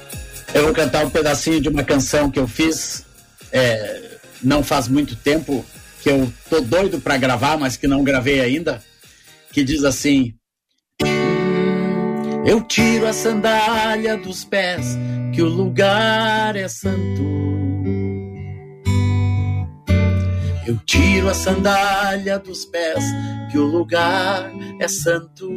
Speaker 4: Eu vou cantar um pedacinho de uma canção que eu fiz é, não faz muito tempo, que eu tô doido para gravar, mas que não gravei ainda, que diz assim: eu tiro a sandália dos pés, que o lugar é santo. Eu tiro a sandália dos pés, que o lugar é santo.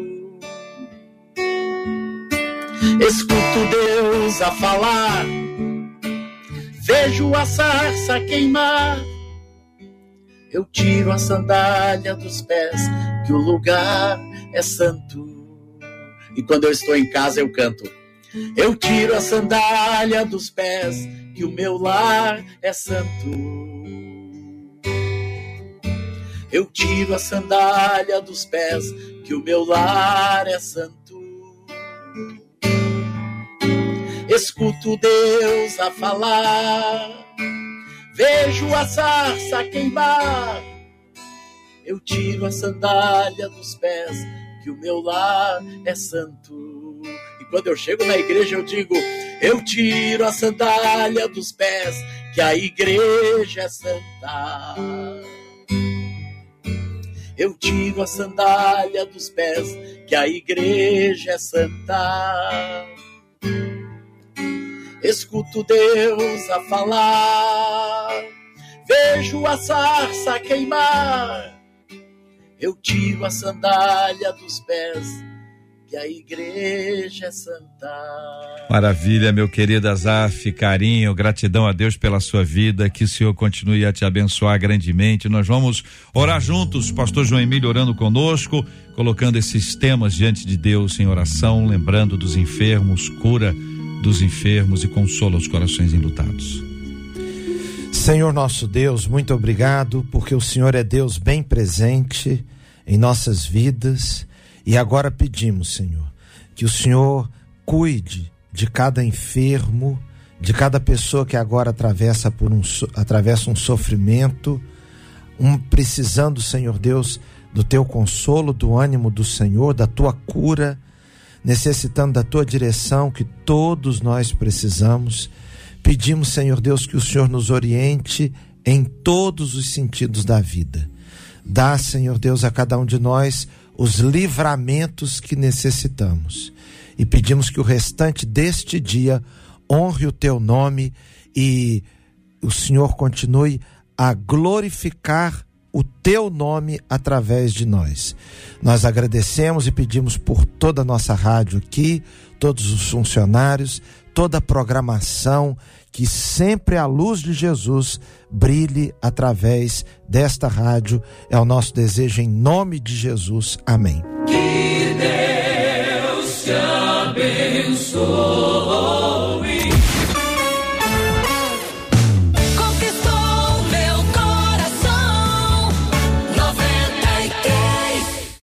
Speaker 4: Escuto Deus a falar, vejo a sarça queimar. Eu tiro a sandália dos pés, que o lugar é santo. E quando eu estou em casa eu canto: eu tiro a sandália dos pés, que o meu lar é santo. Eu tiro a sandália dos pés, que o meu lar é santo. Escuto Deus a falar, vejo a sarça queimar. Eu tiro a sandália dos pés, que o meu lar é santo. E quando eu chego na igreja eu digo: eu tiro a sandália dos pés, que a igreja é santa. Eu tiro a sandália dos pés, que a igreja é santa. Escuto Deus a falar, vejo a sarça queimar. Eu tiro a sandália dos pés, que a igreja é santa.
Speaker 2: Maravilha, meu querido Azaf, carinho, gratidão a Deus pela sua vida, que o Senhor continue a te abençoar grandemente. Nós vamos orar juntos, pastor João Emílio orando conosco, colocando esses temas diante de Deus em oração, lembrando dos enfermos, cura dos enfermos e consola os corações enlutados.
Speaker 3: Senhor nosso Deus, muito obrigado, porque o Senhor é Deus bem presente em nossas vidas, e agora pedimos, Senhor, que o Senhor cuide de cada enfermo, de cada pessoa que agora atravessa por um atravessa um sofrimento, um precisando, Senhor Deus, do teu consolo, do ânimo do Senhor, da tua cura, necessitando da tua direção, que todos nós precisamos. Pedimos, Senhor Deus, que o Senhor nos oriente em todos os sentidos da vida. Dá, Senhor Deus, a cada um de nós os livramentos que necessitamos. E pedimos que o restante deste dia honre o teu nome e o Senhor continue a glorificar o teu nome através de nós. Nós agradecemos e pedimos por toda a nossa rádio aqui, todos os funcionários, toda a programação, que sempre a luz de Jesus brilhe através desta rádio. É o nosso desejo em nome de Jesus. Amém.
Speaker 8: Que Deus te abençoe.